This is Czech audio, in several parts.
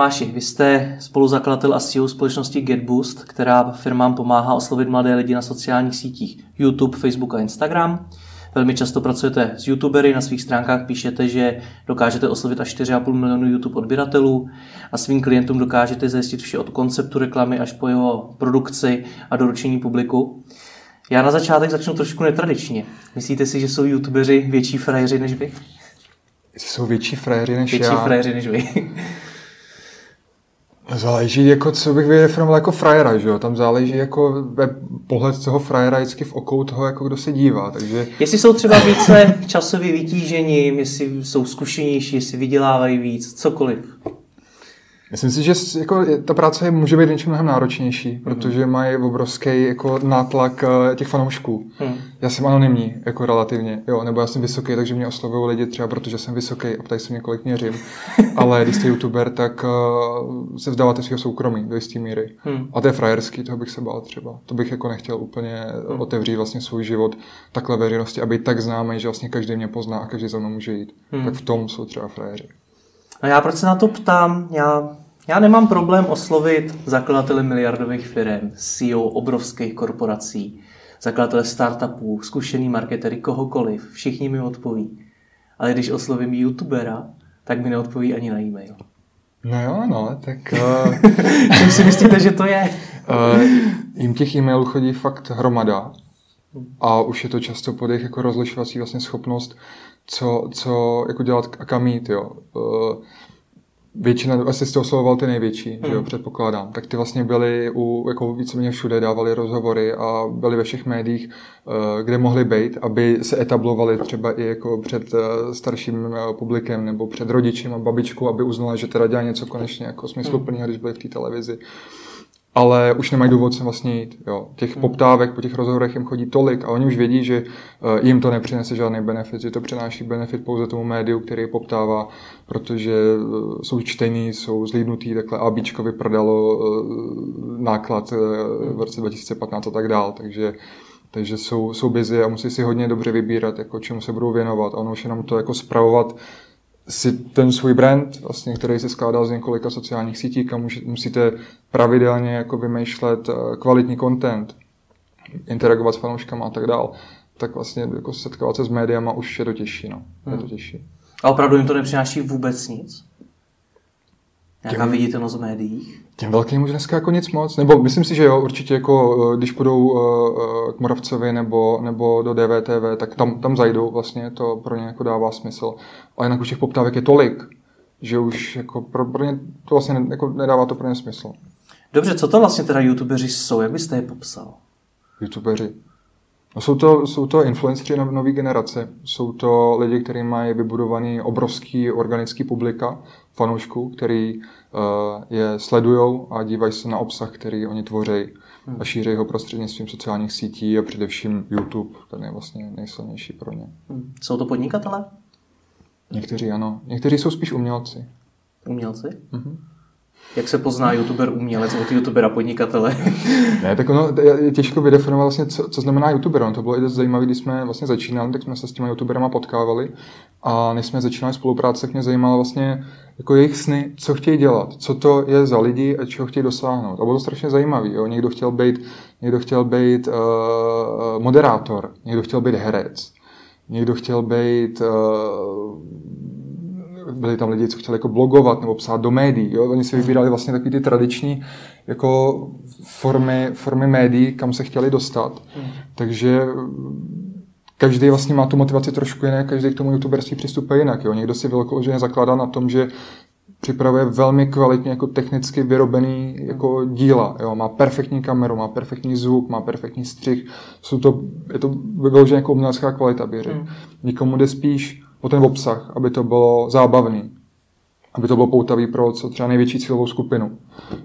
Tomáši, vy jste spoluzakladatel a CEO společnosti GetBoost, která firmám pomáhá oslovit mladé lidi na sociálních sítích YouTube, Facebook a Instagram. Velmi často pracujete s youtubery, na svých stránkách píšete, že dokážete oslovit až 4,5 milionu YouTube odběratelů a svým klientům dokážete zajistit vše od konceptu reklamy až po jeho produkci a doručení publiku. Já na začátek začnu trošku netradičně. Myslíte si, že jsou youtubeři větší frajeři než vy? Jsou větší frajeři než větší já? Větší frajeři než vy. Záleží, jako, co bych vydefinoval jako frajera, že jo? Tam záleží jako pohled toho frajera vždycky v okou toho, jako kdo se dívá, takže... Jestli jsou třeba více časově vytížení, jestli jsou zkušenější, jestli vydělávají víc, cokoliv. Myslím si, že jako, ta práce může být něčím mnohem náročnější, protože mají obrovský jako, nátlak těch fanoušků. Já jsem anonymní, jako relativně, jo, nebo já jsem vysoký, takže mě oslovují lidi třeba, protože jsem vysoký a ptají se mě, kolik měřím. Ale když jste youtuber, tak se vzdáváte svého soukromí do jisté míry. A to je frajerský, toho bych se bál třeba. To bych jako nechtěl úplně otevřít vlastně svůj život takhle veřejnosti a být tak známý, že vlastně každý mě pozná a každý za mnou může jít. Tak v tom jsou třeba frajeři. A já proč se na to ptám? Já nemám problém oslovit zakladatele miliardových firm, CEO obrovských korporací, zakladatele startupů, zkušený marketery, kohokoliv. Všichni mi odpoví. Ale když oslovím youtubera, tak mi neodpoví ani na e-mail. No jo, no, tak... Čím si myslíte, že to je? Jim těch e-mailů chodí fakt hromada. A už je to často pod jejich jako rozlišovací vlastně schopnost, co jako dělat a kam jít, jo. Většina, asi jste oslovoval ty největší, že jo, předpokládám. Tak ty vlastně byli jako víceméně všude, dávali rozhovory a byli ve všech médiích, kde mohli být, aby se etablovali třeba i jako před starším publikem nebo před rodičem a babičkou, aby uznala, že teda dělá něco konečně jako smysluplného, když byli v té televizi. Ale už nemají důvod se vlastně jít. Jo. Těch poptávek po těch rozhovorech jim chodí tolik a oni už vědí, že jim to nepřinese žádný benefit, že to přináší benefit pouze tomu médiu, který je poptává, protože jsou čtení, jsou zlídnutý, takhle ABčko vyprodalo náklad v roce 2015 a tak dál, takže jsou busy a musí si hodně dobře vybírat, jako čemu se budou věnovat a ono už jenom to jako spravovat si ten svůj brand, vlastně, který se skládá z několika sociálních sítí, kam musíte pravidelně jako vymýšlet kvalitní content, interagovat s fanouškama a tak dál, tak vlastně jako setkávat se s médiama už je to těžší. No. Je to těžší. A opravdu jim to nepřináší vůbec nic? Jaká viditelnost v médiích? Těm velkým už dneska jako nic moc. Nebo myslím si, že jo, určitě jako když půjdou k Moravcovi nebo do DVTV, tak tam zajdou vlastně, to pro ně jako dává smysl. Ale jinak už těch poptávek je tolik, že už jako pro ně to vlastně jako nedává to pro ně smysl. Dobře, co to vlastně teda youtubeři jsou? Jak byste je popsal? Youtubeři? No jsou to influenceři nové generace. Jsou to lidi, kteří mají vybudovaný obrovský organický publika, fanoušků, který je sledujou a dívají se na obsah, který oni tvoří a šíří ho prostřednictvím sociálních sítí a především YouTube, ten je vlastně nejsilnější pro ně. Jsou to podnikatelé? Někteří ano. Někteří jsou spíš umělci. Umělci? Jak se pozná youtuber umělec od youtubera podnikatele? Ne, tak ono je těžko vydefinovat vlastně, co znamená youtuber. No, to bylo i dost zajímavé, když jsme vlastně začínali, tak jsme se s těma youtuberama potkávali a než jsme začínali spolupráci, tak mě zajímalo vlastně jako jejich sny, co chtějí dělat, co to je za lidi a čeho chtějí dosáhnout. A bylo to strašně zajímavé. Někdo chtěl být moderátor, někdo chtěl být herec, někdo chtěl být... byli tam lidi, co chtěli jako blogovat nebo psát do médií. Jo? Oni si vybírali vlastně takový ty tradiční jako formy médií, kam se chtěli dostat. Takže každý vlastně má tu motivaci trošku jiné, každý k tomu youtuberství přistupuje jinak. Jo? Někdo si vyloženě zakládá na tom, že připravuje velmi kvalitně jako technicky vyrobený jako díla. Jo? Má perfektní kameru, má perfektní zvuk, má perfektní střih. Je to vyloženě jako umělecká kvalita, bych řekl. Nikomu jde spíš o ten obsah, aby to bylo zábavný, aby to bylo poutavý pro třeba největší cílovou skupinu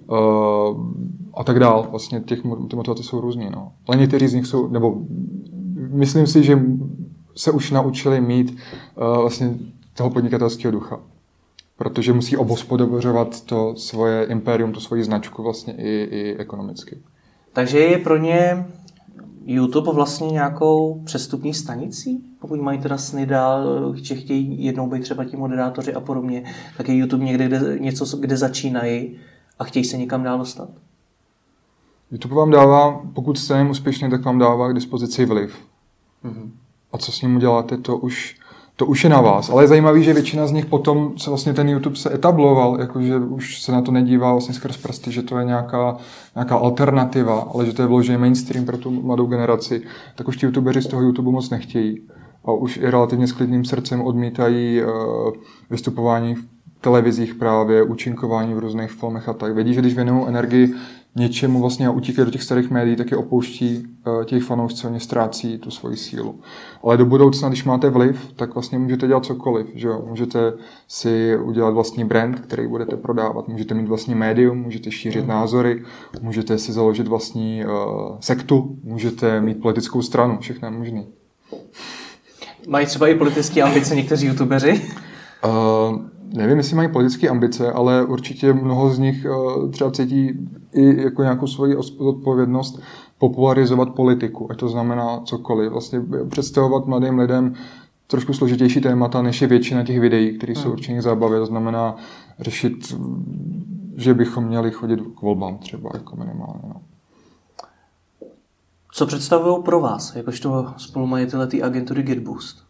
a tak dál. Vlastně ty motivace jsou různý. No. Ale někteří z nich jsou, nebo myslím si, že se už naučili mít vlastně toho podnikatelského ducha. Protože musí obhospodařovat to svoje impérium, tu svoji značku vlastně i ekonomicky. Takže je pro ně YouTube vlastně nějakou přestupní stanicí? Pokud mají teda sny dál, že chtějí jednou být třeba ti moderátoři a podobně, tak je YouTube někde něco, kde začínají a chtějí se někam dál dostat? YouTube vám dává, pokud jste jen úspěšný, tak vám dává k dispozici vliv. Mm-hmm. A co s ním uděláte, to už je na vás. Ale je zajímavý, že většina z nich potom, co vlastně ten YouTube se etabloval, jakože už se na to nedívá vlastně skrz prsty, že to je nějaká alternativa, ale že to je vložený mainstream pro tu mladou generaci, tak už ti YouTubeři z toho YouTube moc nechtějí. A už i relativně s klidným srdcem odmítají vystupování v televizích právě, účinkování v různých filmech a tak. Vědí, že když věnují energii něčemu vlastně a utíkají do těch starých médií, tak je opouští těch fanoušci, oni ztrácí tu svoji sílu. Ale do budoucna, když máte vliv, tak vlastně můžete dělat cokoliv. Že jo? Můžete si udělat vlastní brand, který budete prodávat. Můžete mít vlastní médium, můžete šířit názory, můžete si založit vlastní sektu, můžete mít politickou stranu, všechno je možné. Mají třeba i politické ambice někteří youtubeři? Nevím, jestli mají politické ambice, ale určitě mnoho z nich třeba cítí i jako nějakou svoji odpovědnost popularizovat politiku. Ať to znamená cokoliv. Vlastně představovat mladým lidem trošku složitější témata, než je většina těch videí, které jsou určeně k zábavě. To znamená řešit, že bychom měli chodit k volbám třeba jako minimálně. No. Co představují pro vás, jakožto spolumajitele té agentury GetBoost?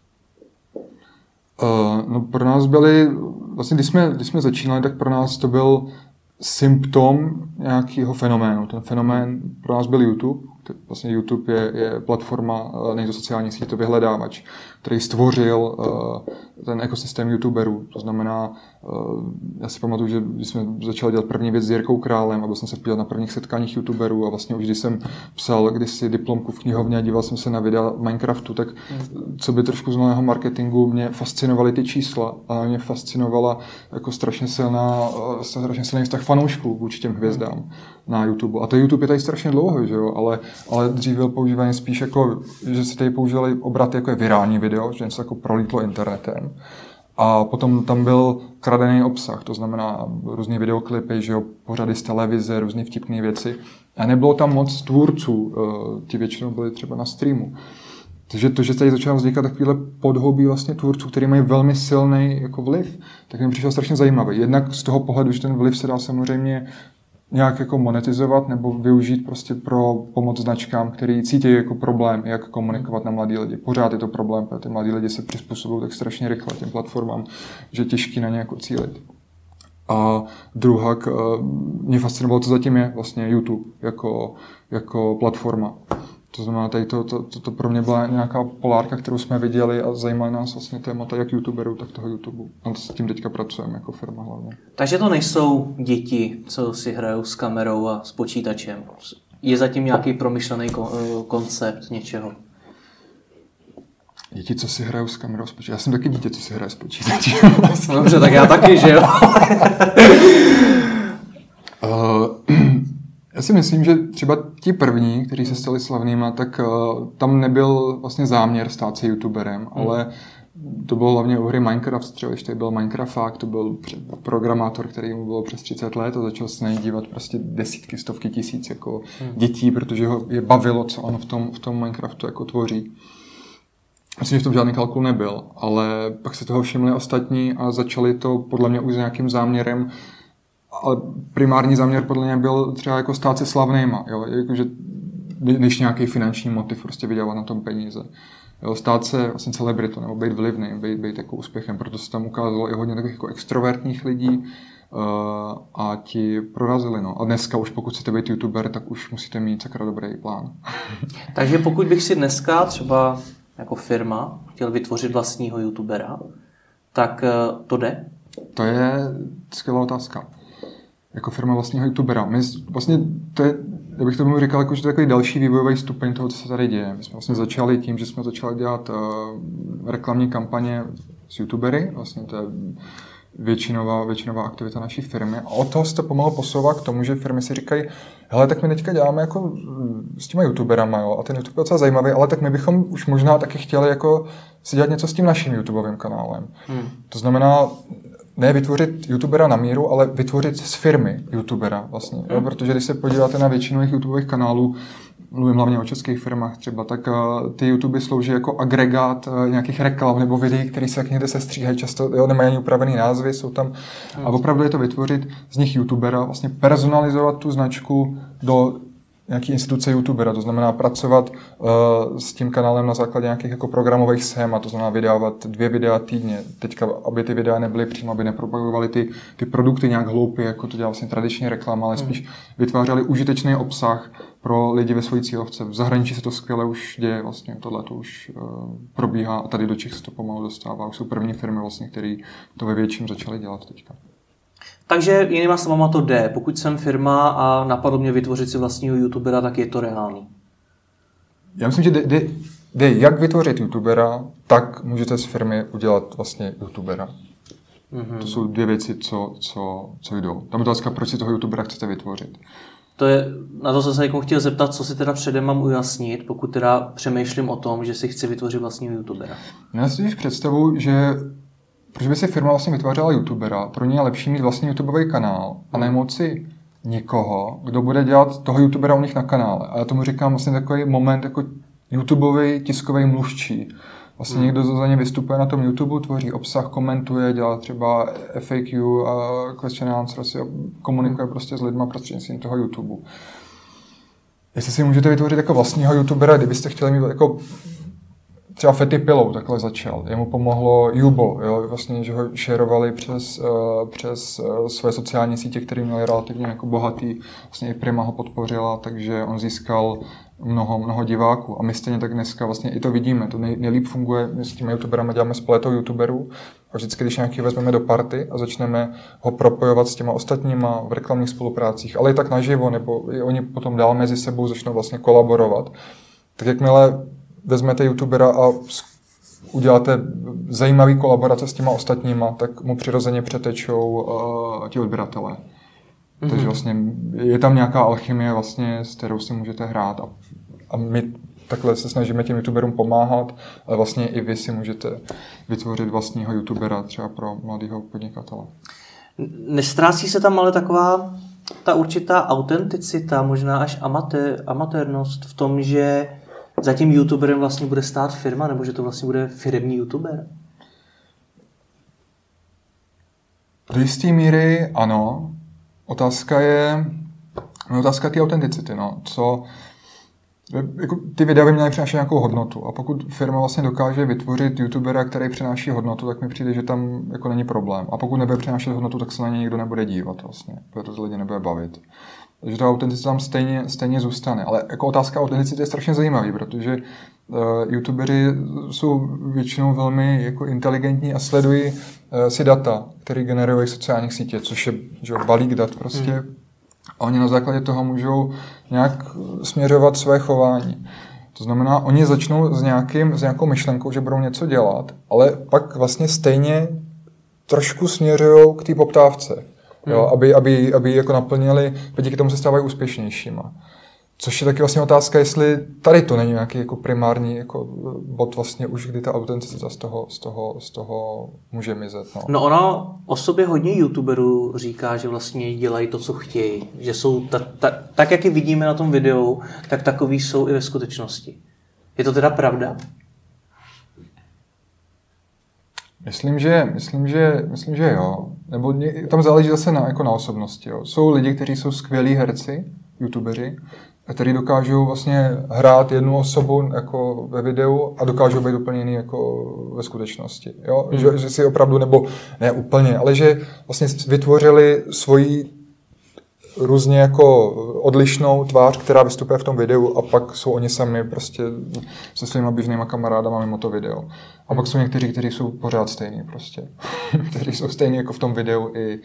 No pro nás byly, vlastně když jsme začínali, tak pro nás to byl symptom nějakého fenoménu. Ten fenomén pro nás byl YouTube. Vlastně YouTube je platforma, není to sociální síť, to vyhledávač, který stvořil ten ekosystém youtuberů. To znamená, já si pamatuju, že když jsme začali dělat první věc s Jirkou Králem a byl jsem se podívat na prvních setkáních youtuberů a vlastně už když jsem psal kdysi diplomku v knihovně a díval jsem se na videa Minecraftu, tak co by trošku z mého marketingu mě fascinovaly ty čísla a mě fascinovala jako strašně silný vztah fanoušků vůči těm hvězdám na YouTube. A to YouTube je tady strašně dlouho, že jo? Ale dřív byl používaný spíš jako, že se tady používali obraty jako je virální video, že něco jako prolítlo internetem. A potom tam byl kradený obsah, to znamená různý videoklipy, že jo, pořady z televize, různý vtipné věci. A nebylo tam moc tvůrců, ti většinou byli třeba na streamu. Takže to, že tady začalo vznikat takovýhle podhoubí vlastně tvůrců, který mají velmi silný jako vliv, tak mi přišel strašně zajímavý. Jednak z toho pohledu, že ten vliv se dá samozřejmě nějak jako monetizovat nebo využít prostě pro pomoc značkám, který cítí jako problém, jak komunikovat na mladí lidi. Pořád je to problém, protože ty mladí lidi se přizpůsobují tak strašně rychle těm platformám, že je těžký na ně jako cílit. A druhá, mě fascinovalo, co zatím je vlastně YouTube jako platforma. To znamená, tady to pro mě byla nějaká polárka, kterou jsme viděli a zajímaly nás vlastně témata jak youtuberů, tak toho YouTube. A s tím teďka pracujeme jako firma hlavně. Takže to nejsou děti, co si hrajou s kamerou a s počítačem. Je zatím nějaký promyšlený koncept něčeho? Děti, co si hrajou s kamerou, s počítačem. Já jsem taky dítě, co si hraje s počítačem. Dobře, tak já taky, že jo? Já si myslím, že třeba ti první, kteří se stali slavnýma, tak tam nebyl vlastně záměr stát se youtuberem, ale to bylo hlavně u hry Minecraft, třeba když tady byl Minecrafták, to byl programátor, který mu bylo přes 30 let a začal se na něj dívat prostě desítky, stovky tisíc jako dětí, protože ho je bavilo, co on v tom Minecraftu jako tvoří. Myslím, že v tom žádný kalkul nebyl, ale pak se toho všimli ostatní a začali to podle mě už s nějakým záměrem. Ale primární záměr podle mě byl třeba jako stát se slavnýma, jo? Jakože, když nějaký finanční motiv prostě vydělat na tom peníze. Jo? Stát se vlastně celebritou nebo být vlivný, být jako úspěchem. Proto se tam ukázalo i hodně takových jako extrovertních lidí a ti prorazili. No. A dneska už pokud chcete být youtuber, tak už musíte mít sakra dobrý plán. Takže pokud bych si dneska třeba jako firma chtěl vytvořit vlastního youtubera, tak to jde? To je skvělá otázka. Jako firma vlastního youtubera. My vlastně to je, já bych tomu říkal, jako, že to je takový další vývojový stupeň toho, co se tady děje. My jsme vlastně začali tím, že jsme začali dělat reklamní kampaně s youtubery. Vlastně to je většinová aktivita naší firmy. A od toho se to pomalu posouvá k tomu, že firmy si říkají, hele, tak my teďka děláme jako s těma youtuberama, jo, a ten YouTube je docela zajímavý, ale tak my bychom už možná taky chtěli jako si dělat něco s tím naším YouTubeovým kanálem. To znamená, ne vytvořit youtubera na míru, ale vytvořit z firmy youtubera vlastně. Jo? Protože když se podíváte na většinu jejich YouTubeových kanálů, mluvím hlavně o českých firmách třeba, tak ty YouTube slouží jako agregát nějakých reklam nebo videí, které se jak někde sestříhají, často nemají ani upravený názvy, jsou tam. A opravdu je to vytvořit z nich youtubera, vlastně personalizovat tu značku do nějaký instituce youtubera, to znamená pracovat s tím kanálem na základě nějakých jako programových schémat, to znamená vydávat 2 videa týdně. Teďka, aby ty videa nebyly přímo, aby nepropagovaly ty produkty nějak hloupě, jako to dělá vlastně tradiční reklama, ale spíš vytvářeli užitečný obsah pro lidi ve své cílovce. V zahraničí se to skvěle už děje, vlastně tohle to už probíhá a tady do Čech se to pomalu dostává. Už jsou první firmy vlastně, které to ve větším začaly dělat teďka. Takže jinýma slovama to jde. Pokud jsem firma a napadlo mě vytvořit si vlastního youtubera, tak je to reálný. Já myslím, že jde jak vytvořit youtubera, tak můžete z firmy udělat vlastně youtubera. Mm-hmm. To jsou 2 věci, co jdou. Tam otázka, proč si toho youtubera chcete vytvořit. Na to jsem se jako chtěl zeptat, co si teda předem mám ujasnit, pokud teda přemýšlím o tom, že si chci vytvořit vlastního youtubera. Já si představu, že proč by si firma vlastně vytvářela youtubera, pro ně je lepší mít vlastní YouTubeový kanál a najmout si někoho, kdo bude dělat toho youtubera u nich na kanále. A já tomu říkám vlastně takový moment jako YouTubeový tiskový mluvčí. Vlastně někdo za ně vystupuje na tom YouTube, tvoří obsah, komentuje, dělá třeba FAQ a question answers a komunikuje prostě s lidma prostřednictvím toho YouTube. Jestli si můžete vytvořit jako vlastního youtubera, kdybyste chtěli mít jako třeba Fetty Pillow takhle začal. Jemu pomohlo Jubo, jo? Vlastně, že ho šerovali přes své sociální sítě, které měly relativně jako bohatý. Vlastně i Prima ho podpořila, takže on získal mnoho diváků. A my stejně tak dneska vlastně i to vidíme. To nejlíp funguje, my s těmi youtuberami děláme spletou youtuberů a vždycky, když nějaký vezmeme do party a začneme ho propojovat s těma ostatníma v reklamních spoluprácích, ale i tak naživo, nebo i oni potom dál mezi sebou začnou vlastně kolaborovat. Tak jakmile vezmete youtubera a uděláte zajímavý kolaborace s těma ostatníma, tak mu přirozeně přetečou ti odběratelé. Mm-hmm. Takže vlastně je tam nějaká alchymie, vlastně, s kterou si můžete hrát a my takhle se snažíme těm youtuberům pomáhat, ale vlastně i vy si můžete vytvořit vlastního youtubera třeba pro mladého podnikatele. Nestrácí se tam ale taková ta určitá autenticita, možná až amatérnost v tom, že za tím youtuberem vlastně bude stát firma, nebo že to vlastně bude firemní youtuber? Do jisté míry ano. Otázka té autenticity. No. Jako ty videa by měly přinášet nějakou hodnotu. A pokud firma vlastně dokáže vytvořit youtubera, který přináší hodnotu, tak mi přijde, že tam jako není problém. A pokud nebude přinášet hodnotu, tak se na ně nikdo nebude dívat vlastně, protože to lidi nebude bavit. Takže ta autenticita tam stejně zůstane. Ale jako otázka autenticity je strašně zajímavý, protože youtubeři jsou většinou velmi jako inteligentní a sledují si data, které generují sociálních sítě, což je balík dat prostě. A oni na základě toho můžou nějak směřovat své chování. To znamená, oni začnou s nějakou myšlenkou, že budou něco dělat, ale pak vlastně stejně trošku směřují k té poptávce. Jo, aby jako naplnili, díky tomu se stávají úspěšnějšíma. Což je taky vlastně otázka, jestli tady to není nějaký jako primární jako bod vlastně už, kdy ta autenticita z toho může mizet. No ono o sobě hodně youtuberů říká, že vlastně dělají to, co chtějí. Že jsou tak, jak je vidíme na tom videu, tak takový jsou i ve skutečnosti. Je to teda pravda? Myslím, že jo. Nebo tam záleží zase na osobnosti. Jo. Jsou lidi, kteří jsou skvělí herci, youtubeři, kteří dokážou vlastně hrát jednu osobu jako ve videu a dokážou být úplně jiný jako ve skutečnosti. Jo? Že si opravdu, nebo ne úplně, ale že vlastně vytvořili svoji různě jako odlišnou tvář, která vystupuje v tom videu a pak jsou oni sami prostě se svýma běžnýma kamarádama mimo to video. A pak jsou někteří, kteří jsou pořád stejný prostě. Kteří jsou stejní jako v tom videu i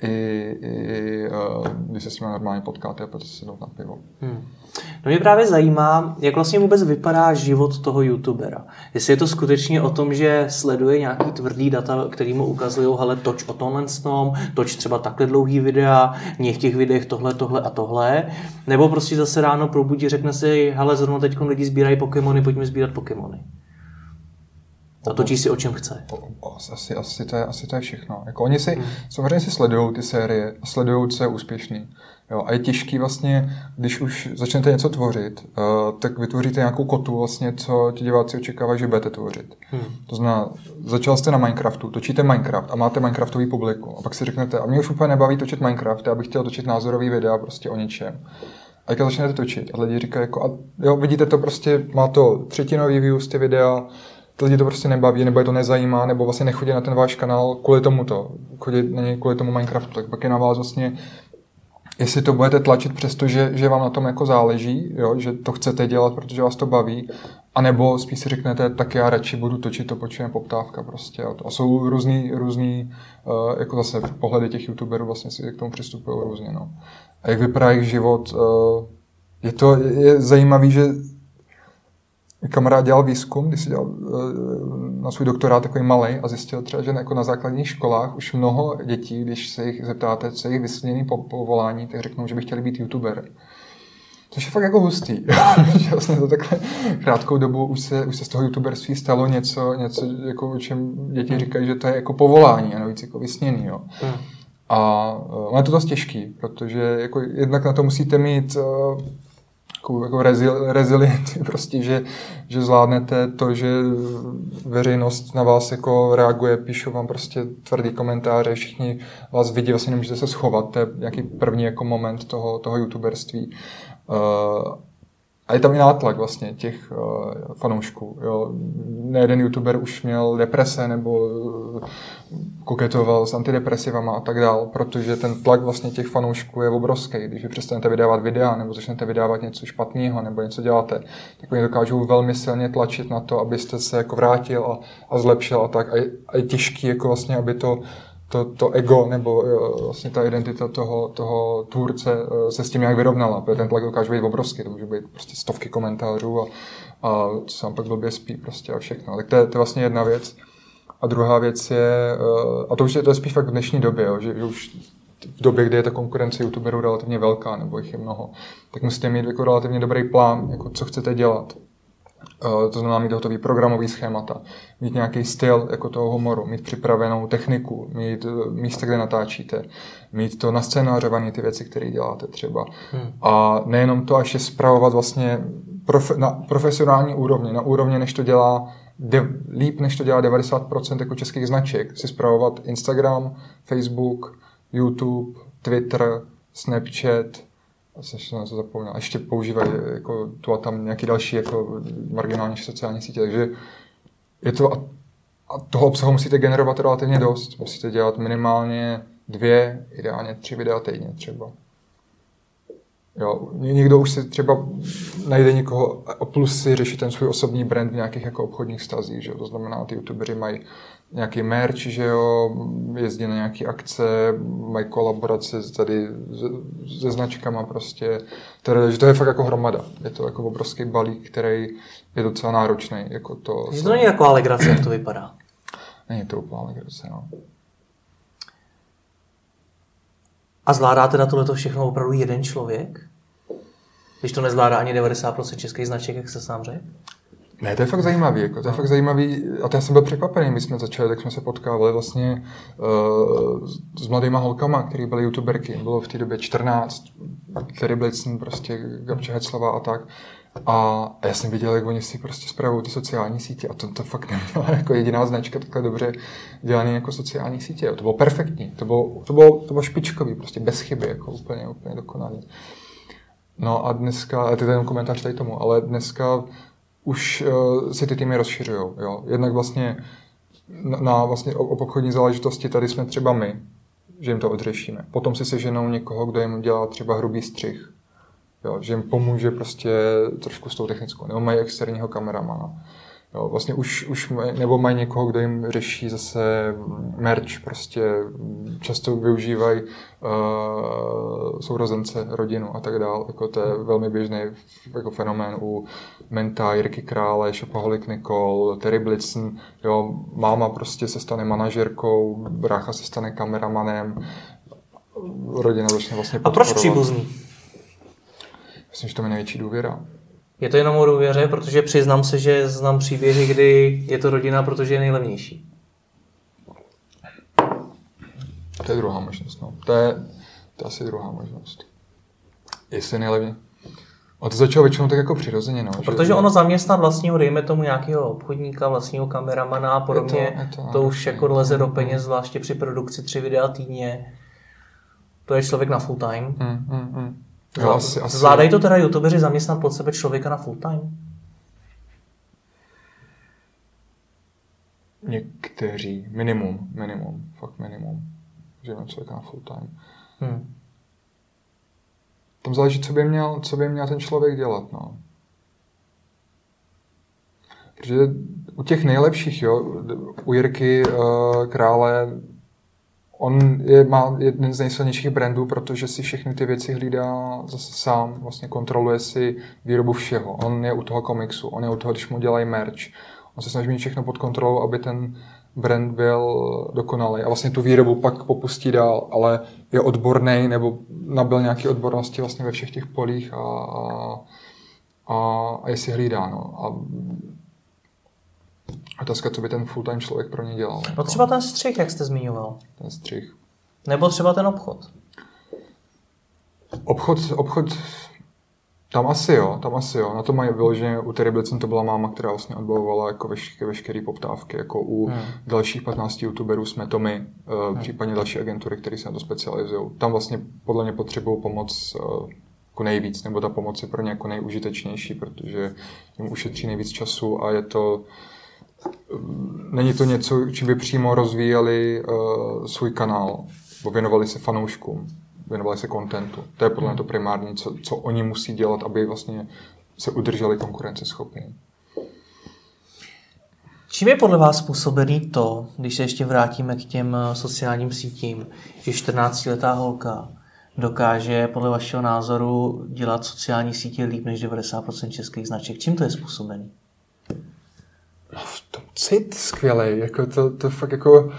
když se s nimi normálně potkáte a potom se jdou na pivo. No mě právě zajímá, jak vlastně vůbec vypadá život toho youtubera. Jestli je to skutečně o tom, že sleduje nějaký tvrdý data, který mu ukazují, hele, toč o tomhle snom, toč třeba takhle dlouhý videa, mě v těch videích tohle a tohle, nebo prostě zase ráno probudí, řekne si, hele, zrovna teď lidi sbírají Pokémony, pojďme sbírat Pokémony. A točí si o čem chce. Asi to je všechno. Jako oni samozřejmě si sledují ty série a sledují, co je úspěšný. Jo, a je těžký vlastně, když už začnete něco tvořit, tak vytvoříte nějakou kotu vlastně, co ti diváci očekávají, že budete tvořit. To znamená, začal jste na Minecraftu, točíte Minecraft a máte Minecraftový publikum. A pak si řeknete, a mě už úplně nebaví točit Minecraft, já bych chtěl točit názorový videa prostě o něčem. A jak začnete točit a lidi říkají, jako, a jo, vidíte to prostě, má to 3 views ty videa, ty lidi to prostě nebaví, nebo je to nezajímá, nebo vlastně nechodí na ten váš kanál kvůli tomuto, chodí na něj kvůli tomu Minecraftu, tak pak je na vás vlastně, jestli to budete tlačit přesto, že vám na tom jako záleží, jo, že to chcete dělat, protože vás to baví, anebo spíš si řeknete, tak já radši budu točit to, po čem je poptávka prostě. Jo. A jsou různý jako zase pohledy těch youtuberů vlastně si k tomu přistupují různě. No. A jak vypadá jejich život, je zajímavý, že kamarád dělal výzkum, když si dělal na svůj doktorát takový malej a zjistil třeba, že jako na základních školách už mnoho dětí, když se jich zeptáte, co je jich vysněný povolání, tak řeknou, že by chtěli být youtuber. Což je fakt jako hustý. Že vlastně za takhle krátkou dobu už se z toho youtuberství stalo něco jako o čem děti říkají, že to je jako povolání a navíc jako vysněný. Jo. A ono je to dost těžký, protože jako jednak na to musíte mít jako rezilienci, prostě, že zvládnete to, že veřejnost na vás jako reaguje, píšou vám prostě tvrdý komentáře, všichni vás vidí, vlastně nemůžete se schovat, to je nějaký první jako moment toho youtuberství. A je tam i nátlak vlastně těch fanoušků. Jo. Nejeden youtuber už měl deprese nebo koketoval s antidepresivama a tak dál, protože ten tlak vlastně těch fanoušků je obrovský. Když vy přestanete vydávat videa nebo začnete vydávat něco špatného nebo něco děláte, tak oni dokážou velmi silně tlačit na to, abyste se jako vrátil a zlepšil a tak. A je těžký jako vlastně, aby to ego nebo vlastně ta identita toho tvůrce se s tím nějak vyrovnala, protože ten tlak dokáže být obrovský, to může být prostě stovky komentářů a co sám pak blbě spí prostě a všechno. Tak to je vlastně jedna věc. A druhá věc je, a to je spíš fakt v dnešní době, jo, že už v době, kdy je ta konkurence youtuberů relativně velká, nebo jich je mnoho, tak musíte mít jako relativně dobrý plán, jako co chcete dělat. To znamená mít hotový programový schémata, mít nějaký styl jako toho humoru, mít připravenou techniku, mít místa, kde natáčíte, mít to nascénářované ty věci, které děláte třeba. A nejenom to, až je spravovat vlastně na profesionální úrovni, na úrovni, než to dělá líp, než to dělá 90% jako českých značek, si spravovat Instagram, Facebook, YouTube, Twitter, Snapchat, jsem na to zapomněl. A ještě používají jako tu a tam nějaký další jako marginální sociální sítě. Takže je to a toho obsahu musíte generovat relativně dost. Musíte dělat minimálně 2, ideálně 3 videa týdně třeba. Jo, někdo už si třeba najde někoho a plus si řeší ten svůj osobní brand v nějakých jako obchodních vztazích, že jo? To znamená, ty youtubeři mají nějaký merch, že jo, jezdí na nějaké akce, mají kolaborace tady se značkama prostě, že to je fakt jako hromada. Je to jako obrovský balík, který je docela náročný. Jako to není jako alegrace, jak to vypadá. Není to úplně alegrace, no. A zvládáte na tohleto všechno opravdu jeden člověk? Když to nezvládá ani 90% českých značek, jak se sám řekl? Ne, to je fakt zajímavý, jako, to je fakt zajímavý a to já jsem byl překvapený, my jsme začali, tak jsme se potkávali vlastně s mladýma holkama, který byly youtuberky, bylo v té době 14, Terry Blitzen, prostě Gabča Heclová a tak. A já jsem viděl, jak oni si prostě spravují ty sociální sítě a to fakt neměla jako jediná značka takhle dobře dělaný jako sociální sítě. To bylo perfektní, to bylo špičkový, prostě bez chyby, jako úplně dokonalý. No a dneska, to je ten komentář tady tomu, ale dneska už si ty týmy rozšiřujou. Jo. Jednak vlastně na vlastně obchodní záležitosti tady jsme třeba my, že jim to odřešíme. Potom si seženou někoho, kdo jim dělá třeba hrubý střih. Jo, že jim pomůže prostě trošku s tou technickou. Nebo mají externího kameramana. Jo, vlastně už nebo mají někoho, kdo jim řeší zase merch, prostě často využívají sourozence, rodinu a tak dále. Jako to je velmi běžný jako fenomén u Menta, Jirky Krále, Shopaholic Nicole, Terry Blitzen. Jo, máma prostě se stane manažerkou, brácha se stane kameramanem, rodina začne vlastně podporovat. A proč příbuzný? Myslím, že to je největší důvěra. Je to jenom o důvěře, protože přiznám se, že znám příběhy, kdy je to rodina, protože je nejlevnější. To je druhá možnost, no. To je asi druhá možnost. Jestli nejlevně. A to začalo většinou tak jako přirozeně, no. Protože ono zaměstnat vlastního, dejme tomu nějakého obchodníka, vlastního kameramana a podobně, to už jako leze do peněz, zvláště při produkci 3 videa týdně. To je člověk na full time. Zvládají to teda youtubeři zaměstnat pod sebe člověka na full time? Někteří. Minimum. Fakt minimum. Že mám člověka na full time. Tam záleží, co by měl ten člověk dělat, no. Protože u těch nejlepších, jo, u Jirky Krále, on má jeden z nejsilnějších brandů, protože si všechny ty věci hlídá zase sám, vlastně kontroluje si výrobu všeho. On je u toho komiksu, on je u toho, když mu dělají merch. On se snaží mít všechno pod kontrolou, aby ten brand byl dokonalý. A vlastně tu výrobu pak popustí dál, ale je odborný nebo nabyl nějaké odbornosti vlastně ve všech těch polích a je si hlídá. No. A otázka, co by ten full-time člověk pro ně dělal. No třeba ten střih, jak jste zmiňoval. Ten střih. Nebo třeba ten obchod. Obchod tam asi jo. Na to mají vyloženě, u Terry Blitzen to byla máma, která vlastně odbavovala jako veškeré poptávky, jako u dalších 15 youtuberů jsme to my, případně další agentury, které se na to specializují. Tam vlastně podle mě potřebují pomoc jako nejvíc, nebo ta pomoc je pro ně jako nejužitečnější, protože jim ušetří nejvíc času a není to něco, čím by přímo rozvíjeli svůj kanál, nebo věnovali se fanouškům. Věnovali se contentu. To je podle mě to primární, co oni musí dělat, aby vlastně se udrželi konkurenceschopní. Čím je podle vás způsobený to, když se ještě vrátíme k těm sociálním sítím, že 14letá holka dokáže podle vašeho názoru dělat sociální sítě líp než 90% českých značek? Čím to je způsobený? To cit skvělej. Jako to fakt jako...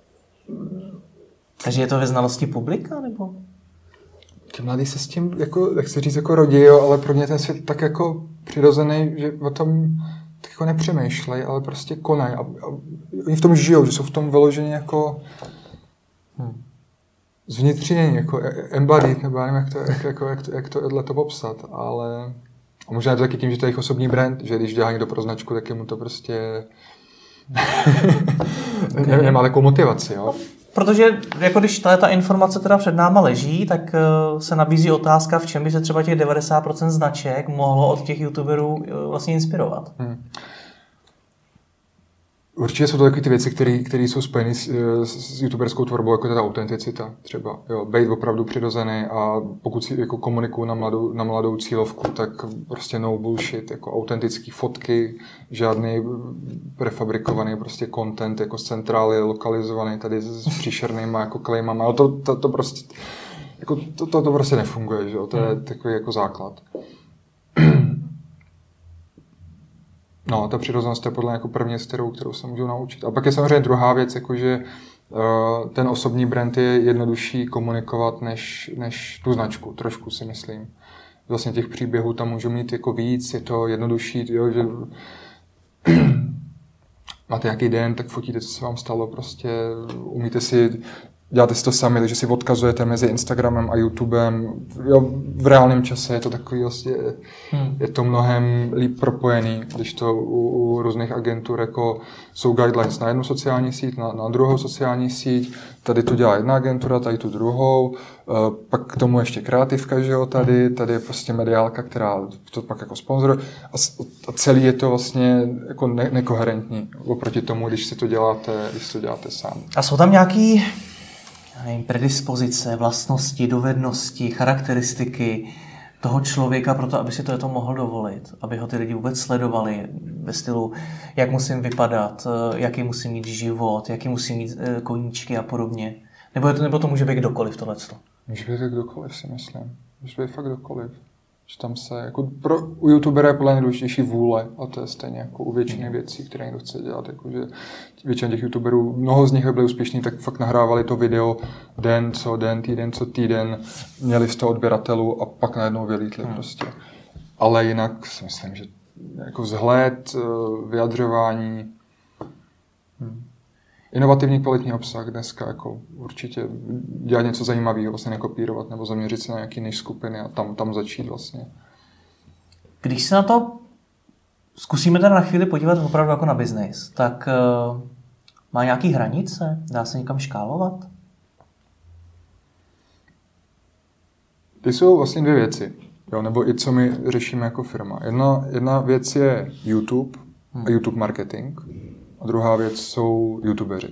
Takže je to ve znalosti publika, nebo? Ti mladí se s tím, jako, jak se říct, jako rodí, jo, ale pro mě ten svět tak jako přirozený, že o tom tak jako nepřemýšlej, ale prostě konají. A oni v tom žijou, že jsou v tom vyloženě jako zvnitřnění, jako embodied, nebo já nevím, jak to popsat, ale a možná je to taky tím, že to je jejich osobní brand, že když dělá někdo pro značku, tak je mu to prostě nemá takovou motivaci, jo. Protože jako když ta informace teda před náma leží, tak se nabízí otázka, v čem by se třeba těch 90% značek mohlo od těch youtuberů vlastně inspirovat. Určitě jsou to takové ty věci, které jsou spojeny s youtuberskou tvorbou, jako ta autenticita třeba. Jo, být opravdu přirozený a pokud si jako komunikuju na mladou cílovku, tak prostě no bullshit, jako autentický fotky, žádný prefabrikovaný prostě content, jako z centrály lokalizovaný tady s příšernýma jako claimama, ale to prostě jako to prostě nefunguje, že jo, to je takový jako základ. No, ta přirozenost je podle mě jako první, kterou se můžou naučit. A pak je samozřejmě druhá věc, jakože ten osobní brand je jednodušší komunikovat než tu značku, trošku si myslím. Vlastně těch příběhů tam můžou mít jako víc, je to jednodušší, jo, že máte nějaký den, tak fotíte, co se vám stalo, prostě umíte děláte si to sami, takže si odkazujete mezi Instagramem a YouTubem. Jo, v reálném čase je to takový vlastně, je to mnohem líp propojený, když to u různých agentur jako jsou guidelines na jednu sociální síť, na druhou sociální síť, tady to dělá jedna agentura, tady tu druhou, pak k tomu ještě kreativka, že jo, tady je prostě mediálka, která to pak jako sponzoruje a celý je to vlastně jako nekoherentní oproti tomu, když to děláte sám. A jsou tam nějaký predispozice, vlastnosti, dovednosti, charakteristiky toho člověka pro to, aby si to mohl dovolit, aby ho ty lidi vůbec sledovali ve stylu, jak musím vypadat, jaký musím mít život, jaký musím mít koníčky a podobně. Nebo to může být kdokoliv tohleto? Může být kdokoliv, si myslím. Může být fakt kdokoliv. Že tam se, jako u youtubera je podle mě důležitější vůle a to je stejně jako u většiny věcí, které někdo chce dělat. Jakože většina těch youtuberů, mnoho z nich byli úspěšní, tak fakt nahrávali to video den co den, týden co týden, měli 100 odběratelů a pak najednou vylítli prostě. ale jinak si myslím, že jako vzhled, vyjadřování, inovativní kvalitní obsah dneska jako určitě dělat něco zajímavého, vlastně nekopírovat nebo zaměřit se na nějaké niž skupiny a tam začít vlastně. Když se na to zkusíme teda na chvíli podívat opravdu jako na biznis, tak má nějaký hranice? Dá se někam škálovat? Ty jsou vlastně dvě věci, jo, nebo i co my řešíme jako firma. Jedna věc je YouTube a YouTube marketing a druhá věc jsou YouTubeři.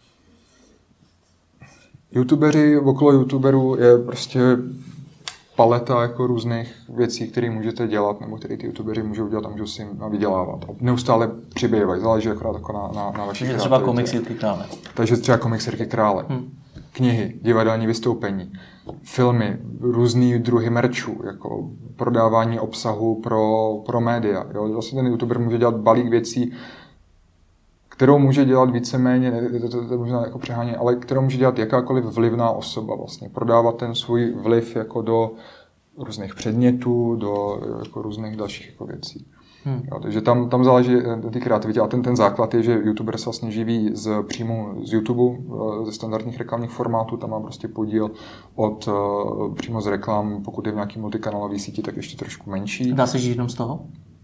YouTubeři, okolo YouTuberů je prostě paleta jako různých věcí, které můžete dělat, nebo které ty YouTubeři můžou dělat a můžou si vydělávat. A neustále přibývají, záleží akorát jako na vaší kreativitě. Třeba komiks Jirky Krále. Takže třeba komiks Jirky Krále. Knihy, divadelní vystoupení, filmy, různý druhy merčů, jako prodávání obsahu pro média. Jo? Vlastně ten YouTuber může dělat balík věcí, kterou může dělat víceméně, to možná jako přehání, ale kterou může dělat jakákoliv vlivná osoba vlastně. Prodávat ten svůj vliv jako do různých předmětů, do jako různých dalších jako věcí. Jo, takže tam záleží ty kreativitě a ten základ je, že YouTuber se vlastně živí přímo z YouTube, ze standardních reklamních formátů, tam má prostě podíl přímo z reklam, pokud je v nějaký multikanálový síti, tak ještě trošku menší. Dá se žít jenom z toho?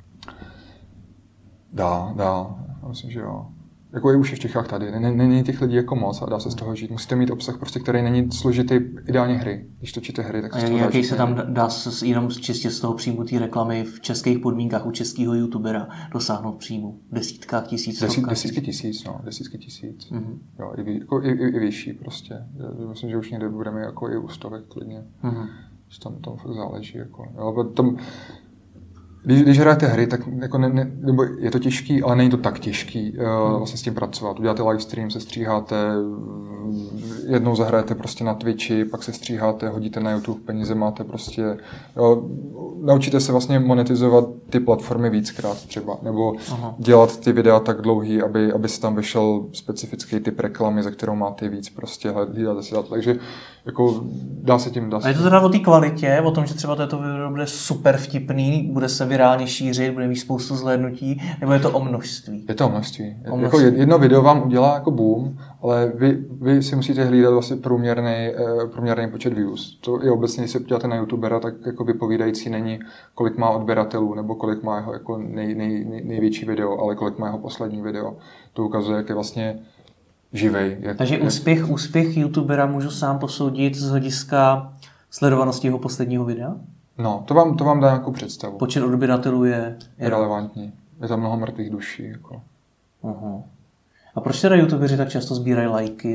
Dá. Myslím, že jo. Jako je už v Čechách tady. Není těch lidí jako moc a dá se z toho žít. Musíte mít obsah, prostě, který není složitý, ideálně hry. Když točíte hry, tak se z toho jaký se tam dá jenom čistě z toho příjmu té reklamy v českých podmínkách u českého YouTubera dosáhnout příjmu? Desítkách tisíc? Desítky tisíc. Jo, i vyšší prostě. Já myslím, že už někde budeme jako i u stovek klidně. Tam fakt záleží. Jako. Jo, Když hrajete hry, tak jako nebo je to těžký, ale není to tak těžký vlastně s tím pracovat. Uděláte livestream, se stříháte, jednou zahrajete prostě na Twitchi, pak se stříháte, hodíte na YouTube, peníze máte prostě. Jo, naučíte se vlastně monetizovat ty platformy víckrát třeba, nebo dělat ty videa tak dlouhý, aby se tam vyšel specifický typ reklamy, za kterou máte víc prostě hlídáte si dát. Takže jako dá se tím. A je to teda o té kvalitě, o tom, že třeba to video bude super vtipný, bude se virálně šířit, bude mít spoustu zhlédnutí, nebo je to o množství? Je to o množství. Jako jedno video vám udělá jako boom, ale vy si musíte hlídat vlastně průměrný počet views. To je obecně, když se podíváte na YouTubera, tak jako vypovídající není, kolik má odběratelů, nebo kolik má jeho jako největší video, ale kolik má jeho poslední video. To ukazuje, jak je vlastně živej. Takže úspěch YouTubera můžu sám posoudit z hlediska sledovanosti jeho posledního videa? No, to vám dá nějakou představu. Počet odběratelů je relevantní. Je tam mnoho mrtvých duší. Jako. A proč teda YouTubeři tak často sbírají lajky,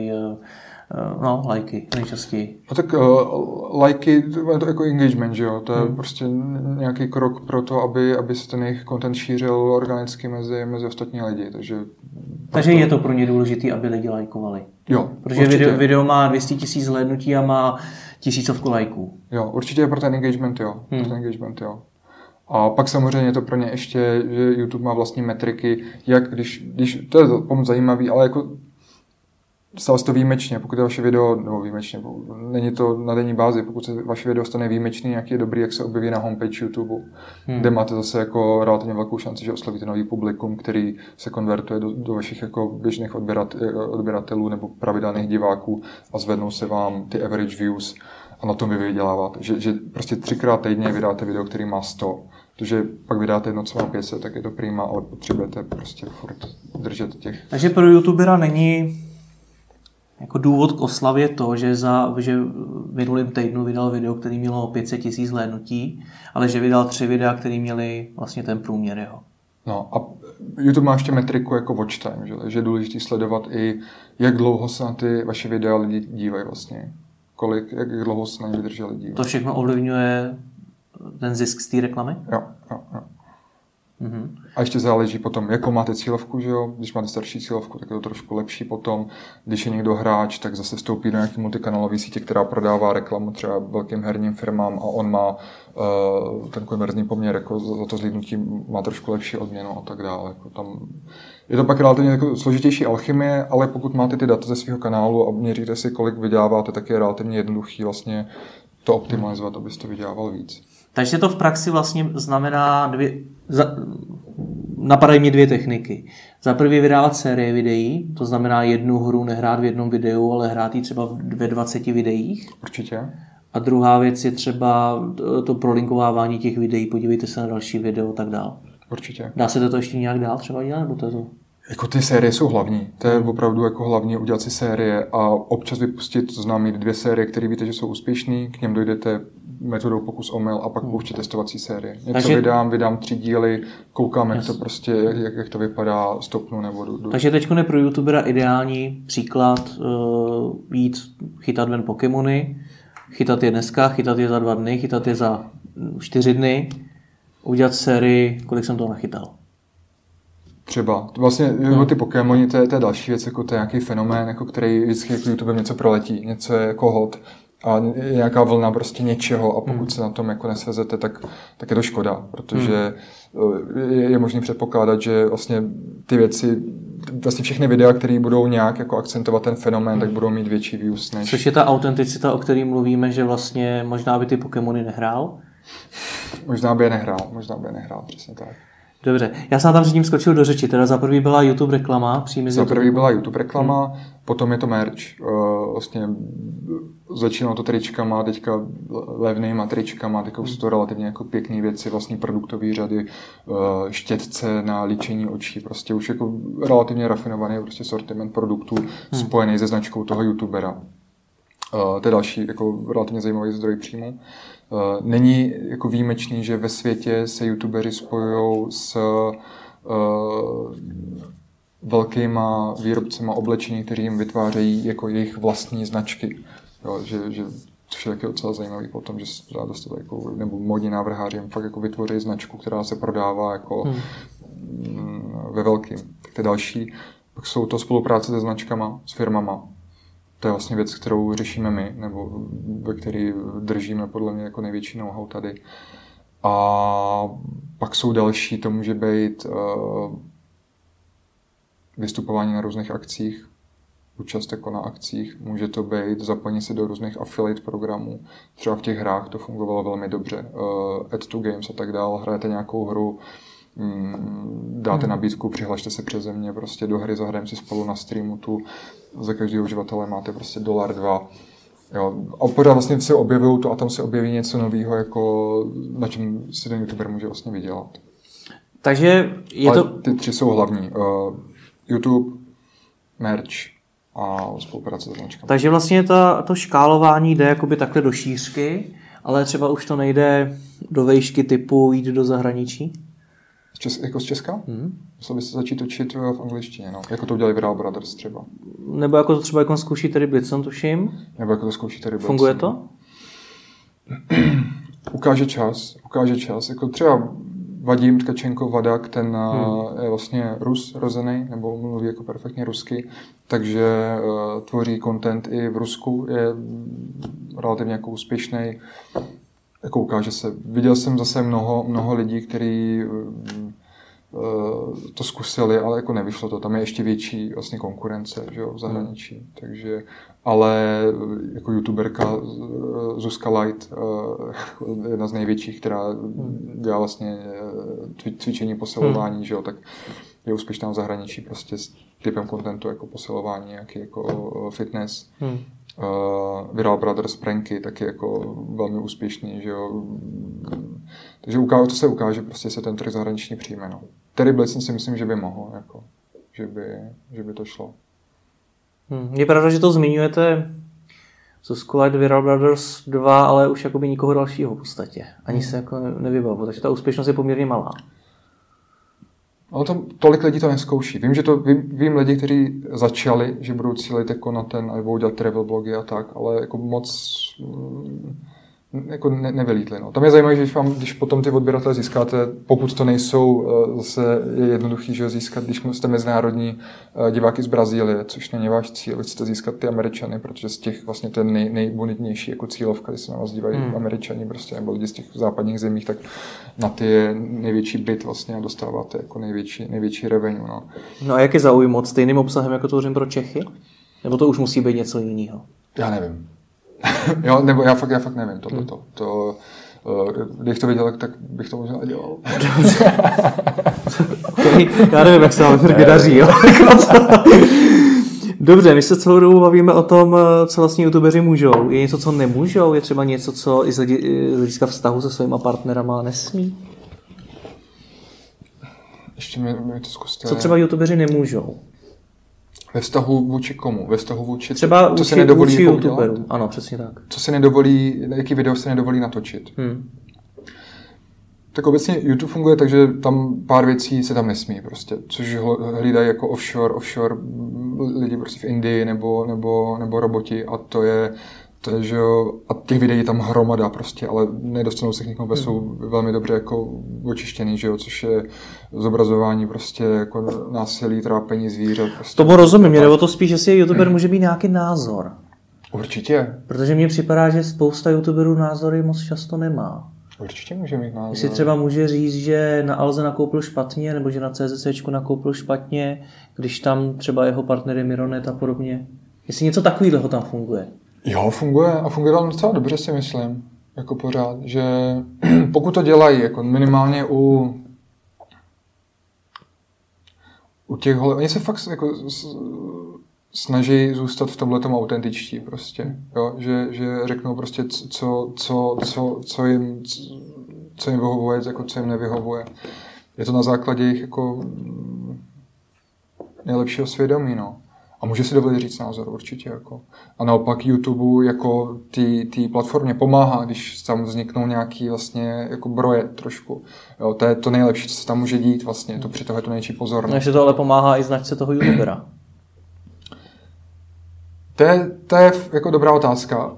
lajky nejčastěji? No tak lajky, to je to jako engagement, že jo? To je prostě nějaký krok pro to, aby se ten jejich content šířil organicky mezi ostatní lidi. Takže je to pro ně důležité, aby lidi lajkovali. Jo, protože video má 200 000 zhlédnutí a má 1000 lajků. Jo, určitě je pro ten engagement, jo. A pak samozřejmě je to pro ně ještě, že YouTube má vlastní metriky, jak když to je pomoc zajímavý, ale jako stalo se to výjimečně, pokud je vaše video, nebo výjimečně, není to na denní bázi, pokud se vaše video stane výjimečný, nějaký je dobrý, jak se objeví na homepage YouTube, kde máte zase jako relativně velkou šanci, že oslovíte nový publikum, který se konvertuje do vašich jako běžných odběratelů nebo pravidelných diváků a zvednou se vám ty average views a na tom vy vyděláváte. Že prostě 3x týdně vydáte video, který má 100. Protože pak vydáte jedno, co má 500, tak je to prima, ale potřebujete prostě furt držet těch. Takže pro YouTubera není jako důvod k oslavě to, že v minulém týdnu vydal video, který mělo 500 000 zhlédnutí, ale že vydal 3 videa, které měly vlastně ten průměr jeho. No a YouTube má ještě metriku jako watch time, že je důležité sledovat i, jak dlouho se na ty vaše videa lidi dívají vlastně. Jak dlouho se na ně vydrželi dívat. To všechno ovlivňuje ten zisk z té reklamy? Jo. A ještě záleží potom, jakou máte cílovku, že jo? Když máte starší cílovku, tak je to trošku lepší potom. Když je někdo hráč, tak zase vstoupí do nějaké multikanálové sítě, která prodává reklamu třeba velkým herním firmám a on má ten konverzní poměr, jako za to zhlídnutí má trošku lepší odměnu a tak dále. Jako tam je to pak relativně jako složitější alchymie, ale pokud máte ty data ze svého kanálu a měříte si, kolik vyděláváte, tak je relativně jednoduchý vlastně to optimalizovat, abyste vydělával víc. Takže to v praxi vlastně znamená napadají mě dvě techniky. Za prvý vydávat série videí, to znamená jednu hru nehrát v jednom videu, ale hrát ji třeba ve 20 videích. Určitě. A druhá věc je třeba to prolinkovávání těch videí, podívejte se na další video a tak dál. Určitě. Dá se to ještě nějak dál třeba dělat, nebo to? Jako ty série jsou hlavní. To je opravdu jako hlavní udělat si série a občas vypustit, to znamená mít 2 série, které víte, že jsou úspěšný, k něm dojdete metodou pokus omyl a pak pouštět testovací série. Něco vydám 3 díly, koukám, jak to prostě, jak to vypadá, stopnu nebo jdu. Takže teď je pro youtubera ideální příklad jít chytat ven Pokémony, chytat je dneska, chytat je za 2 dny, chytat je za 4 dny, udělat sérii, kolik jsem toho nachytal. Třeba. Vlastně ty Pokémoni, to je další věc, jako to je nějaký fenomén, jako který vždycky jako YouTube něco proletí, něco je jako hot a je nějaká vlna prostě něčeho a pokud se na tom jako nesvezete, tak je to škoda, protože je možné předpokládat, že vlastně ty věci, vlastně všechny videa, které budou nějak jako akcentovat ten fenomén, tak budou mít větší views než... Což je ta autenticita, o které mluvíme, že vlastně možná by ty Pokémony nehrál? Možná by je nehrál, přesně tak. Dobře, já jsem tam předtím skočil do řeči, teda za prvý byla YouTube reklama, potom je to merch, vlastně začínalo to tričkama, teďka levnýma tričkama, teďka jsou to relativně jako pěkný věci, vlastně produktové řady, štětce na líčení očí, prostě už jako relativně rafinovaný prostě sortiment produktů spojený se značkou toho youtubera. To je další jako relativně zajímavý zdroj příjmu. Není jako výjimečný, že ve světě se youtubeři spojují s velkýma výrobcema oblečení, kteří jim vytvářejí jako jejich vlastní značky. Jo, což je taky docela zajímavý potom, že se dá dostat jako, nebo modní návrháři jim fakt jako vytvoří značku, která se prodává jako ve velkým. Tak to je další. Pak jsou to spolupráce se značkama, s firmama. To je vlastně věc, kterou řešíme my, nebo ve které držíme podle mě jako největší know-how tady. A pak jsou další, to může být vystupování na různých akcích, účast jako na akcích, může to být zapojení se do různých affiliate programů. Třeba v těch hrách to fungovalo velmi dobře. Add to games a tak dále, hrajete nějakou hru, dáte nabídku, přihlašte se přeze mě prostě do hry, zahrajeme si spolu na streamu tu, za každého uživatele máte prostě $2. Jo. A pořád vlastně se objevují to a tam se objeví něco nového, jako na čem si ten youtuber může vlastně vydělat. Takže je to... ty 3 jsou hlavní. YouTube, merch a spolupráce s značkami. Takže vlastně to škálování jde jakoby takhle do šířky, ale třeba už to nejde do vejšky typu jít do zahraničí? Jako z Česka? Musel byste začít učit v angličtině, no. Jako to udělali Viral Brothers třeba. Nebo jako to třeba jako zkouší tady Blitzon, tuším. Nebo jako to zkouší tady Blitzon. Funguje to? Ukáže čas. Jako třeba Vadim Tkačenko Vadak, ten je vlastně Rus rozený, nebo mluví jako perfektně rusky, takže tvoří content i v Rusku, je relativně jako úspěšný. Jako ukáže se. Viděl jsem zase mnoho lidí, kteří to zkusili, ale jako nevyšlo to. Tam je ještě větší vlastně konkurence, že jo, v zahraničí. Takže, ale jako youtuberka Zuzka Light, jedna z největších, která dělá vlastně cvičení posilování, že jo, tak je úspěšná v zahraničí prostě s typem kontentu jako posilování, jaký jako fitness. Viral Brothers pranky, taky jako velmi úspěšný, že jo. Takže to se ukáže, prostě se ten trh zahraniční přijme, no. Terry Blitzen si myslím, že by mohl, jako, že by to šlo. Je pravda, že to zmiňujete Zuzku Light, Viral Brothers 2, ale už jakoby nikoho dalšího v podstatě. Ani se jako nevybavu, takže ta úspěšnost je poměrně malá. Ale tolik lidí to neskouší. Vím lidi, kteří začali, že budou cílit jako na ten, a budou dělat travel blogy a tak, ale jako moc jako nevylítli. No. Tam je zajímavé, že když potom ty odběratele získáte, pokud to nejsou, zase je jednoduchý, že získat, když jste mezinárodní diváky z Brazílie, což není váš cíl, chcete získat ty Američany, protože z těch vlastně ten nejbonitnější jako cílovka, když se na vás dívají Američani prostě, nebo lidi z těch západních zemích, tak na ty je největší bit vlastně a dostáváte jako největší revenue. No a jak je zaujmout stejným obsahem, jako tvořím pro Čechy? Nebo to už musí být něco jiného? Já nevím. Jo, nebo já fakt nevím tohleto. Kdybych to viděl, tak bych to možná dělal. Já nevím, jak se vám daří. Jo? Dobře, my se celou dobu bavíme o tom, co vlastně youtubeři můžou. Je něco, co nemůžou? Je třeba něco, co i z hlediska vztahu se svýma partnerama nesmí? Ještě mi to zkuste. Co třeba youtubeři nemůžou? Ve vztahu vůči komu? Ve vztahu vůči... Třeba co se nedovolí vůči youtuberům. Ano, přesně tak. Co se nedovolí, jaký video se nedovolí natočit. Tak obecně YouTube funguje tak, že tam pár věcí se tam nesmí prostě, což hlídají jako offshore lidi prostě v Indii nebo roboti a to je, že jo, a těch videí je tam hromada prostě, ale nedostanou se k nikomu, jsou velmi dobře jako očištěný, že jo, což je zobrazování prostě jako násilí, trápení zvířat. Prostě. Tomu rozumím, mě jde o to spíš, že si youtuber může být nějaký názor. Určitě. Protože mně připadá, že spousta youtuberů názory moc často nemá. Určitě může mít názor. Jestli třeba může říct, že na Alze nakoupil špatně, nebo že na CZCčku nakoupil špatně, když tam třeba jeho partner je Mironet a podobně. Jestli něco takového tam funguje. Jo, funguje a funguje tam docela dobře, si myslím. Jako pořád, že pokud to dělají, jako minimálně u těch oni se fakt jako snaží zůstat v tomhletom autentičtí prostě, jo? Že řeknou prostě, co jim vyhovuje, jako co jim nevyhovuje. Je to na základě jejich jako nejlepšího svědomí, no. A může si dovolit říct názor, určitě. Jako. A naopak YouTube jako té platformě pomáhá, když tam vzniknou nějaký vlastně jako broje trošku. Jo, to je to nejlepší, co se tam může dít vlastně, to při toho je to největší pozornost. Takže to ale pomáhá i značce toho YouTubera. To je jako dobrá otázka.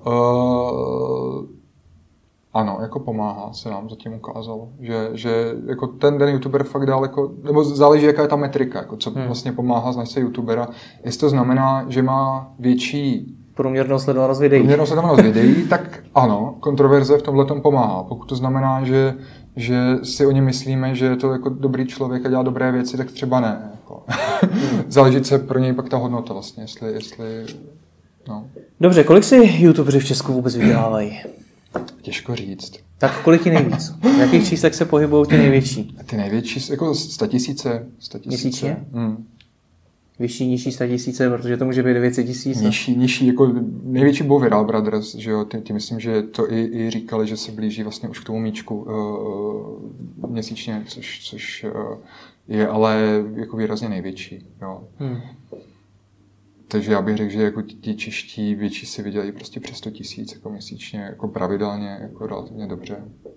Ano, jako pomáhá, se nám zatím ukázalo, že jako ten YouTuber fakt dál jako, nebo záleží, jaká je ta metrika, jako co vlastně pomáhá značce YouTubera. Jestli to znamená, že má větší průměrnou sledovanost videí, tak ano, kontroverze v tomhletom pomáhá. Pokud to znamená, že si o něm myslíme, že je to jako dobrý člověk a dělá dobré věci, tak třeba ne. Jako. Záleží, co je pro něj pak ta hodnota vlastně, jestli no. Dobře, kolik si YouTubeři v Česku vůbec vydělávají? Těžko říct. Tak kolik je nejvíc? V jakých číslech se pohybují ty největší? Ty největší, jako 100 000. Měsíčně? Vyšší, nižší 100 000, protože to může být 900 000. Nižší, jako největší byl Viral Brothers, že jo, ty myslím, že to i říkali, že se blíží vlastně už k tomu míčku měsíčně, což je ale jako výrazně největší, jo. Takže já bych řekl, že jako ti čeští větší si vydělají prostě přes 100 000 jako měsíčně, jako pravidelně, jako relativně dobře.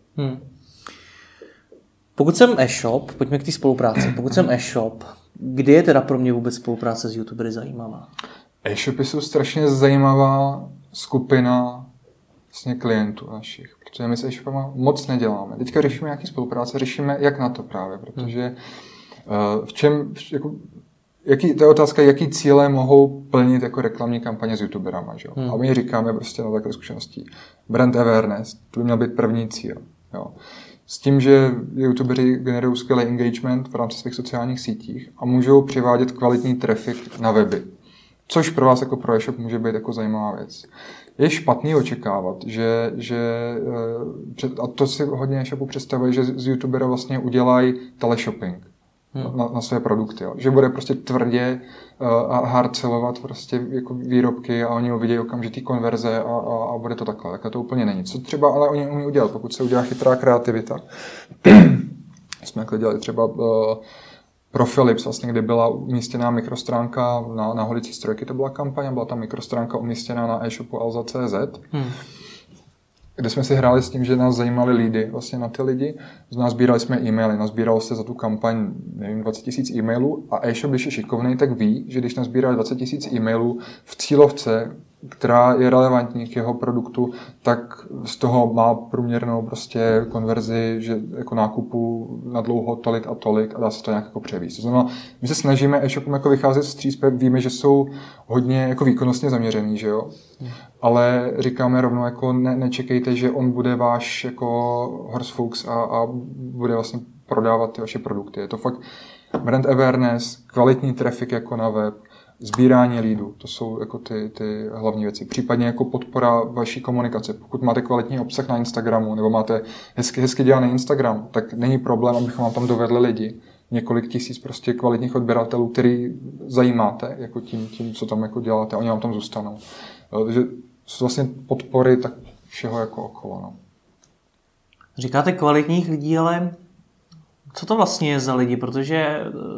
Pokud jsem e-shop, pojďme k té spolupráci. Pokud jsem e-shop, kdy je teda pro mě vůbec spolupráce s YouTubery zajímavá? E-shopy jsou strašně zajímavá skupina vlastně klientů našich, protože my s e-shopama moc neděláme. Teďka řešíme nějaké spolupráce, řešíme jak na to právě, protože v čem, jako, to je otázka, jaký cíle mohou plnit jako reklamní kampaně s youtuberama. Že? A my říkáme prostě na takové zkušenosti. Brand awareness, to by měl být první cíl. Jo. S tím, že youtuberi generují skvělý engagement v rámci svých sociálních sítích a můžou přivádět kvalitní traffic na weby. Což pro vás jako pro e-shop může být jako zajímavá věc. Je špatný očekávat, a to si hodně e-shopů představuje, že z youtubera vlastně udělají teleshopping. Na své produkty. Jo. Že bude prostě tvrdě a hard sellovat prostě jako výrobky a oni uvidí okamžitý konverze a bude to takhle. Takhle to úplně není. Co třeba ale oni umí udělat, pokud se udělá chytrá kreativita. Jsme takhle dělali třeba pro Philips, vlastně, kde byla umístěná mikrostránka na holicí strojky, to byla kampaň, byla tam mikrostránka umístěná na e-shopu alza.cz, kde jsme si hráli s tím, že nás zajímaly lídy vlastně na ty lidi. Nazbírali jsme e-maily, nazbíralo se za tu kampaň, nevím, 20 000 e-mailů a e-shop, když je šikovný, tak ví, že když nazbírali 20 000 e-mailů v cílovce, která je relevantní k jeho produktu, tak z toho má průměrnou prostě konverzi, že jako nákupu na dlouho tolik a tolik a dá se to nějak jako převíst. To znamená, my se snažíme e-shopům jako vycházet vstříc, víme, že jsou hodně jako výkonnostně zaměřený, že jo? Ale říkáme rovnou, jako nečekejte, že on bude váš jako horse folks a bude vlastně prodávat ty vaše produkty. Je to fakt brand awareness, kvalitní traffic jako na web, sbírání leadů, to jsou jako ty hlavní věci. Případně jako podpora vaší komunikace. Pokud máte kvalitní obsah na Instagramu nebo máte hezky dělaný Instagram, tak není problém, abychom vám tam dovedli lidi. Několik tisíc prostě kvalitních odběratelů, který zajímáte jako tím, co tam jako děláte, oni vám tam zůstanou. Takže jsou vlastně podpory tak všeho jako okolo. No. Říkáte kvalitních lidí, ale co to vlastně je za lidi? Protože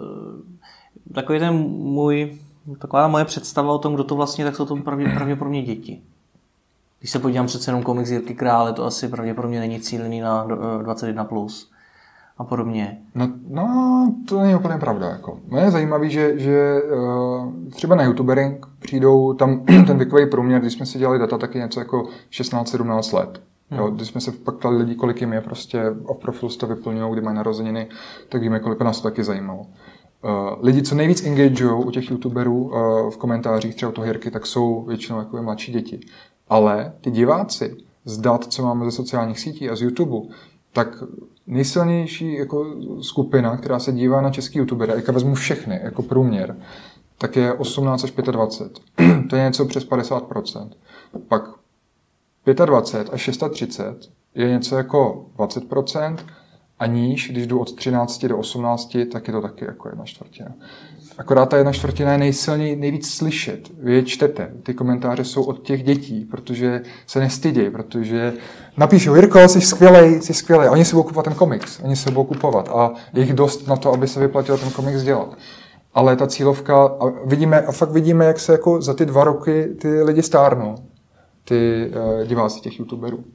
taková moje představa o tom, kdo to vlastně, tak jsou to pravděpodobně děti. Když se podívám přece jenom komiks Jirky Krále, to asi pravděpodobně není cílený na 21+. A podobně. No, to není úplně pravda. Jako. No je zajímavý, že třeba na YouTubery přijdou tam ten věkový průměr, když jsme si dělali data, taky něco jako 16-17 let. Jo, když jsme se pak ptali lidí, kolik jim je prostě off profil to vyplňují, kdy mají narozeniny, tak víme, kolik nás to taky zajímalo. Lidi, co nejvíc engagujou u těch YouTuberů v komentářích třeba toho Jirky, tak jsou většinou jako mladší děti. Ale ty diváci z dat, co máme ze sociálních sítí a z YouTube, tak nejsilnější jako skupina, která se dívá na český YouTubery, jak vezmu všechny, jako průměr, tak je 18 až 25. To je něco přes 50%. Pak 25 až 630 je něco jako 20% a níž, když jdu od 13 do 18, tak je to taky jako 1/4. Akorát ta 1/4 je nejvíc slyšet. Vy je čtete. Ty komentáře jsou od těch dětí, protože se nestydějí, protože napíšou, Jirko, jsi skvělej. A oni si budou kupovat ten komiks. Oni se budou kupovat. A je jich dost na to, aby se vyplatilo ten komiks dělat. Ale ta cílovka, a fakt vidíme, jak se jako za ty 2 roky ty lidi stárnou. Ty diváci těch YouTuberů.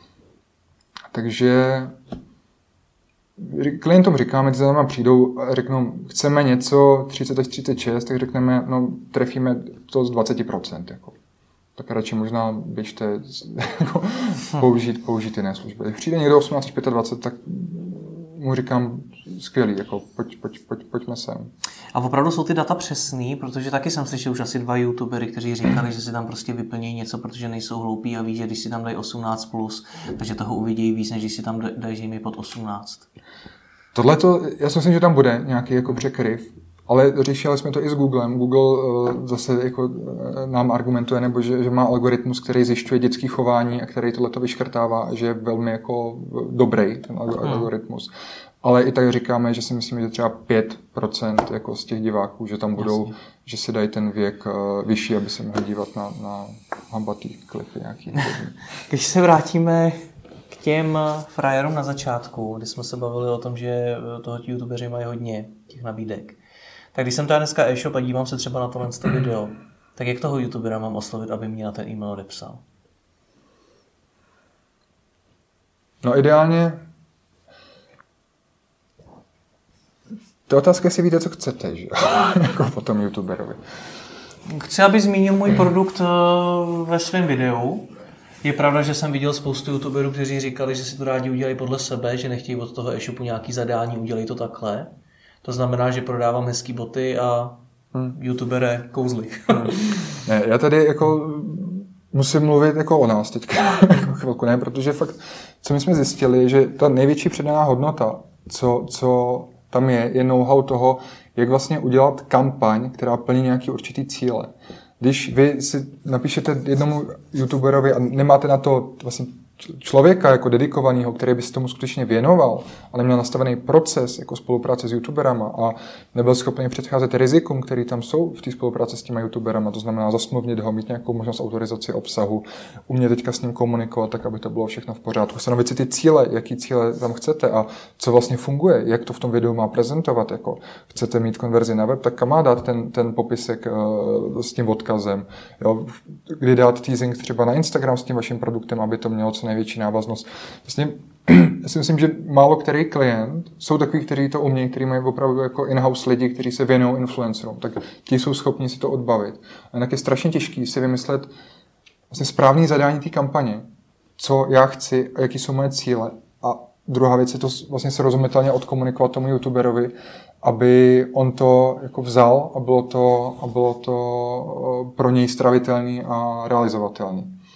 Takže klientům říkáme, když za náma přijdou a řeknou, chceme něco 30 až 36, tak řekneme, no trefíme to z 20%. Jako. Tak radši možná běžte jako, použít jiné služby. Když přijde někdo 18 až 25, tak mu říkám, skvělý, jako, pojďme sem. A opravdu jsou ty data přesný, protože taky jsem slyšel už asi 2 YouTubery, kteří říkali, že si tam prostě vyplnějí něco, protože nejsou hloupí a ví, že když si tam dají 18+, takže toho uvidějí víc, než když si tam dají, že jim je pod 18. Tohleto, já si myslím, že tam bude nějaký jako překryv, ale řešili jsme to i s Googlem. Google zase jako nám argumentuje, nebo že má algoritmus, který zjišťuje dětské chování a který tohleto vyškrtává, že je velmi jako dobrý ten algoritmus. Ale i tak říkáme, že si myslíme, že třeba 5% jako z těch diváků, že tam budou, že si dají ten věk vyšší, aby se mohli dívat na hambatý klipy nějaký. Když se vrátíme k těm frajerům na začátku, kdy jsme se bavili o tom, že toho YouTubeři mají hodně těch nabídek, tak když jsem tady dneska e-shop a dívám se třeba na tohle video, tak jak toho YouTubera mám oslovit, aby mě na ten e-mail odepsal? No ideálně to otázka, jestli víte, co chcete, že? Jako po tom YouTuberovi. Chci, aby zmínil můj produkt ve svém videu. Je pravda, že jsem viděl spoustu YouTuberů, kteří říkali, že si to rádi udělají podle sebe, že nechtějí od toho e-shopu nějaký zadání, udělej to takhle. To znamená, že prodávám hezký boty a YouTubere kouzly. Ne, já tady jako musím mluvit jako o nás teďka chvilku, ne, protože fakt, co my jsme zjistili, že ta největší přidaná hodnota, co tam je know-how toho, jak vlastně udělat kampaň, která plní nějaký určitý cíle. Když vy si napíšete jednomu YouTuberovi a nemáte na to vlastně člověka jako dedikovaného, který by se tomu skutečně věnoval a neměl nastavený proces jako spolupráce s YouTuberama a nebyl schopný předcházet rizikům, které tam jsou v té spolupráci s těma YouTuberama, to znamená zasmluvnit ho, mít nějakou možnost autorizace obsahu, umět teďka s ním komunikovat tak, aby to bylo všechno v pořádku, stanovit si ty cíle, jaký cíle tam chcete a co vlastně funguje, jak to v tom videu má prezentovat, jako chcete mít konverzi na web, tak kam má dát ten popisek s tím odkazem, jo? Kdy dát teasing třeba na Instagram s tím vaším produktem, aby to mělo co největší návaznost. Vlastně, já si myslím, že málo který klient jsou takový, kteří to umějí, kteří mají opravdu jako in-house lidi, kteří se věnují influencerům, tak ti jsou schopni si to odbavit. A jinak je strašně těžký si vymyslet vlastně správný zadání té kampaně, co já chci a jaký jsou moje cíle. A druhá věc je to vlastně srozumitelně odkomunikovat tomu YouTuberovi, aby on to jako vzal a bylo to pro něj stravitelný a realizovatelný.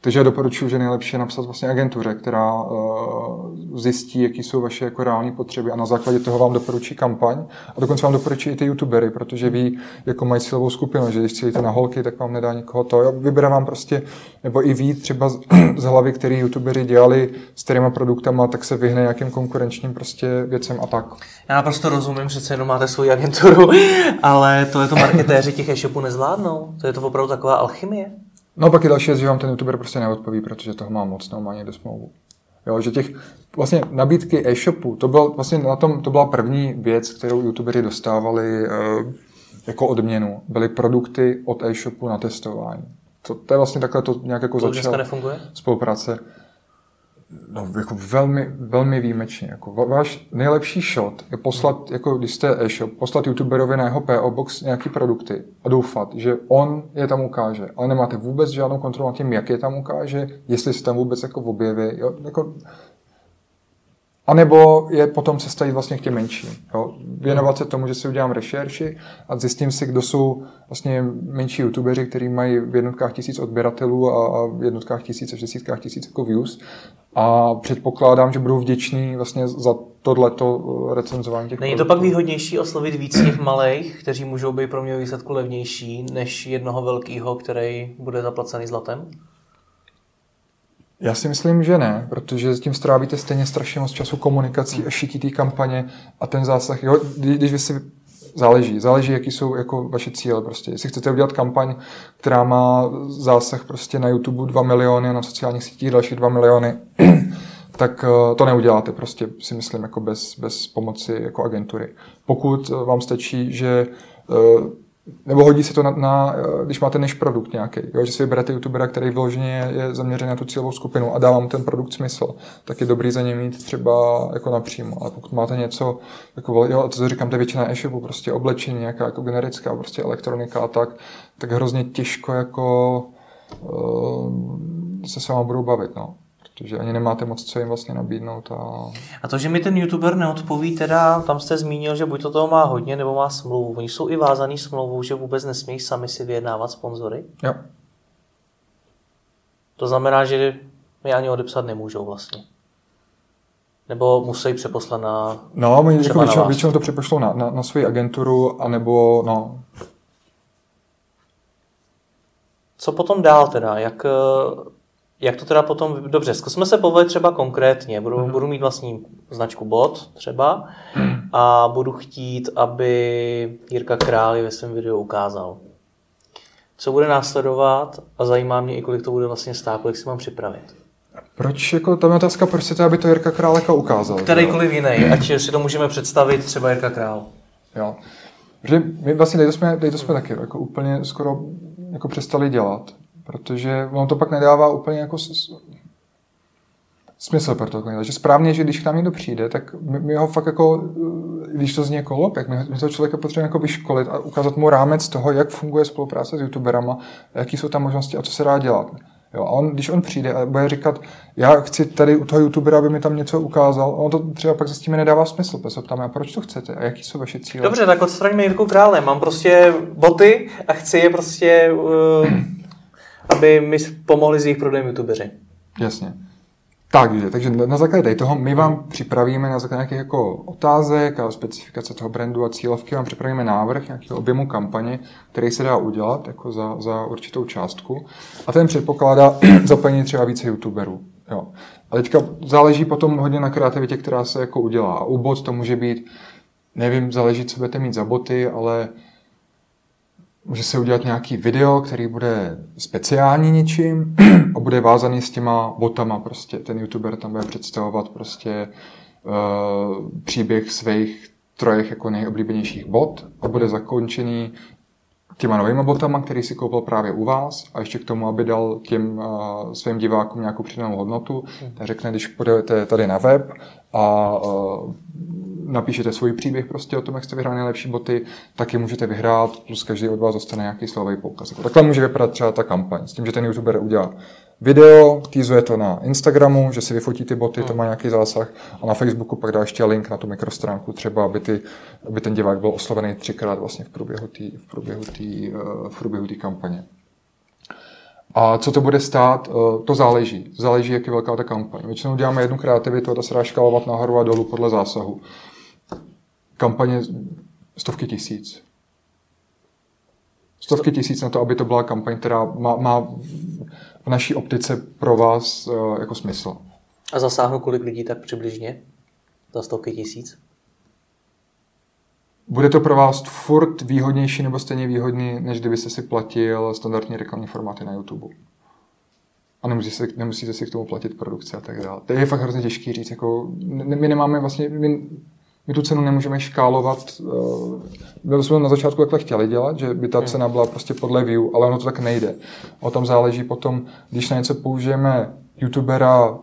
Takže já doporučuji, že nejlepší je napsat vlastně agentuře, která zjistí, jaký jsou vaše jako reální potřeby a na základě toho vám doporučí kampaň a dokonce vám doporučí i ty youtubery, protože ví, jako mají cílovou skupinu, že když cílíte na holky, tak vám nedá nikoho to. Vybere vám prostě, nebo i ví třeba z hlavy, který youtubery dělali s kterýma produktama, tak se vyhne nějakým konkurenčním prostě věcem a tak. Já naprosto rozumím, přece jenom máte svoji agenturu, ale to marketéři těch e-shopů nezvládnou. To je to opravdu taková alchymie. No pak je další věc, že vám ten youtuber prostě neodpoví, protože toho má moc, má někde smlouvu. Jo, že těch vlastně nabídky e-shopu, to bylo vlastně to byla první věc, kterou youtuberi dostávali jako odměnu. Byly produkty od e-shopu na testování. To je vlastně takhle to nějak jako začalo. To dneska nefunguje? Spolupráce. No, jako velmi, velmi výjimečně. Jako váš nejlepší shot je poslat, jako když jste e-shop, poslat youtuberovi na jeho PO Box nějaký produkty a doufat, že on je tam ukáže. Ale nemáte vůbec žádnou kontrolu nad tím, jak je tam ukáže, jestli se tam vůbec jako objeví. Jo, jako... A nebo je potom se stavit vlastně k těm menším. Jo. Věnovat se tomu, že si udělám rešerši a zjistím si, kdo jsou vlastně menší youtubeři, kteří mají v jednotkách 1000 odběratelů a v jednotkách 1000 až desítkách 1000 jako views. A předpokládám, že budou vděční vlastně za tohleto recenzování těch Není to pak výhodnější oslovit víc těch malých, kteří můžou být pro mě výsledku levnější, než jednoho velkého, který bude zaplacený zlatem? Já si myslím, že ne, protože s tím strávíte stejně strašně moc času komunikací a šití té kampaně a ten zásah, jo, když vy si záleží, jaký jsou jako vaše cíle prostě. Jestli chcete udělat kampaň, která má zásah prostě na YouTube 2 miliony a na sociálních sítích další 2 miliony, tak to neuděláte prostě, si myslím, jako bez pomoci jako agentury. Pokud vám stačí, že nebo hodí se to když máte než produkt nějaký, jo? Že si vyberete youtubera, který vloženě je zaměřený na tu cílovou skupinu a dává mu ten produkt smysl, tak je dobrý za ně mít třeba jako napřímo. Ale pokud máte něco, jako, jo, to říkám, to je většina e-shopu, prostě oblečení, nějaká jako generická prostě elektronika a tak hrozně těžko jako se s váma budou bavit, no. Protože ani nemáte moc co jim vlastně nabídnout. A to, že mi ten youtuber neodpoví, teda tam jste zmínil, že buď to toho má hodně, nebo má smlouvu. Oni jsou i vázaný smlouvou, že vůbec nesmějí sami si vyjednávat sponzory? Jo. To znamená, že mi ani odepsat nemůžou vlastně. Nebo musí přeposlat na... No, my jako většinou to přepošlou na svoji agenturu, anebo no... Co potom dál teda? Jak to teda potom... Dobře, zkusme se povolit třeba konkrétně. Budu mít vlastní značku bot třeba a budu chtít, aby Jirka Král ve svém videu ukázal. Co bude následovat a zajímá mě i, kolik to bude vlastně stát, kolik si mám připravit. Proč, jako tam je otázka, proč chcete, aby to Jirka Král jako ukázal? Kterýkoliv jiný, ať si to můžeme představit třeba Jirka Král. Jo. Protože my vlastně tady to jsme taky jako úplně skoro jako přestali dělat. Protože ono to pak nedává úplně jako smysl pro to. Takže správně, že když k nám někdo přijde, tak my ho fakt jako, když to zní jako lopek, my toho člověka potřebujeme jako vyškolit a ukázat mu rámec toho, jak funguje spolupráce s youtuberama, jaký jsou tam možnosti a co se dá dělat. Jo, a když on přijde a bude říkat, já chci tady u toho youtubera, aby mi tam něco ukázal, a on to třeba pak zjistíme nedává smysl, protože se ptáme, a proč to chcete a jaký jsou vaše cíle. Dobře, tak odstraňme Jirku Krále, mám prostě boty a chci je prostě... aby mi pomohli s jejich prodejem youtubeři. Jasně. Takže na základě toho my vám připravíme na základě nějakých jako otázek a specifikace toho brandu a cílovky vám připravíme návrh nějakého objemu kampaně, který se dá udělat jako za určitou částku a ten předpokládá zaplnění třeba více youtuberů. Jo. A teďka záleží potom hodně na kreativitě, která se jako udělá. A u bot to může být, nevím, záleží, co budete mít za boty, ale může se udělat nějaký video, který bude speciální něčím a bude vázaný s těma botama prostě. Ten youtuber tam bude představovat prostě příběh svých 3 jako nejoblíbenějších bot a bude zakončený těma novýma botama, který si koupil právě u vás a ještě k tomu, aby dal těm svým divákům nějakou přidanou hodnotu. Tak řekne, když půjdete tady na web a napíšete svůj příběh prostě o tom, jak jste vyhráli nejlepší boty, tak je můžete vyhrát, plus každý od vás dostane nějaký slovový poukaz. Takhle může vypadat třeba ta kampaň, s tím, že ten youtuber udělá video, teasuje to na Instagramu, že si vyfotí ty boty, to má nějaký zásah a na Facebooku pak dá ještě link na tu mikrostránku, třeba aby ten divák byl oslovený 3krát vlastně v průběhu té kampaně. A co to bude stát, to záleží. Záleží, jak je velká ta kampaň. Většinou děláme jednu kreativitu a ta se dá škálovat nahoru a dolů podle zásahu. Kampaně stovky tisíc. Stovky tisíc na to, aby to byla kampaň, která má v naší optice pro vás jako smysl. A zasáhnu kolik lidí tak přibližně? Za stovky tisíc? Bude to pro vás furt výhodnější nebo stejně výhodný, než kdybyste si platil standardní reklamní formáty na YouTube. A nemusíte si k tomu platit produkce a tak dále. To je fakt hrozně těžký říct. Jako, my nemáme vlastně, my tu cenu nemůžeme škálovat. My jsme na začátku takhle chtěli dělat, že by ta cena byla prostě podle view, ale ono to tak nejde. O tom záleží potom, když na něco použijeme youtubera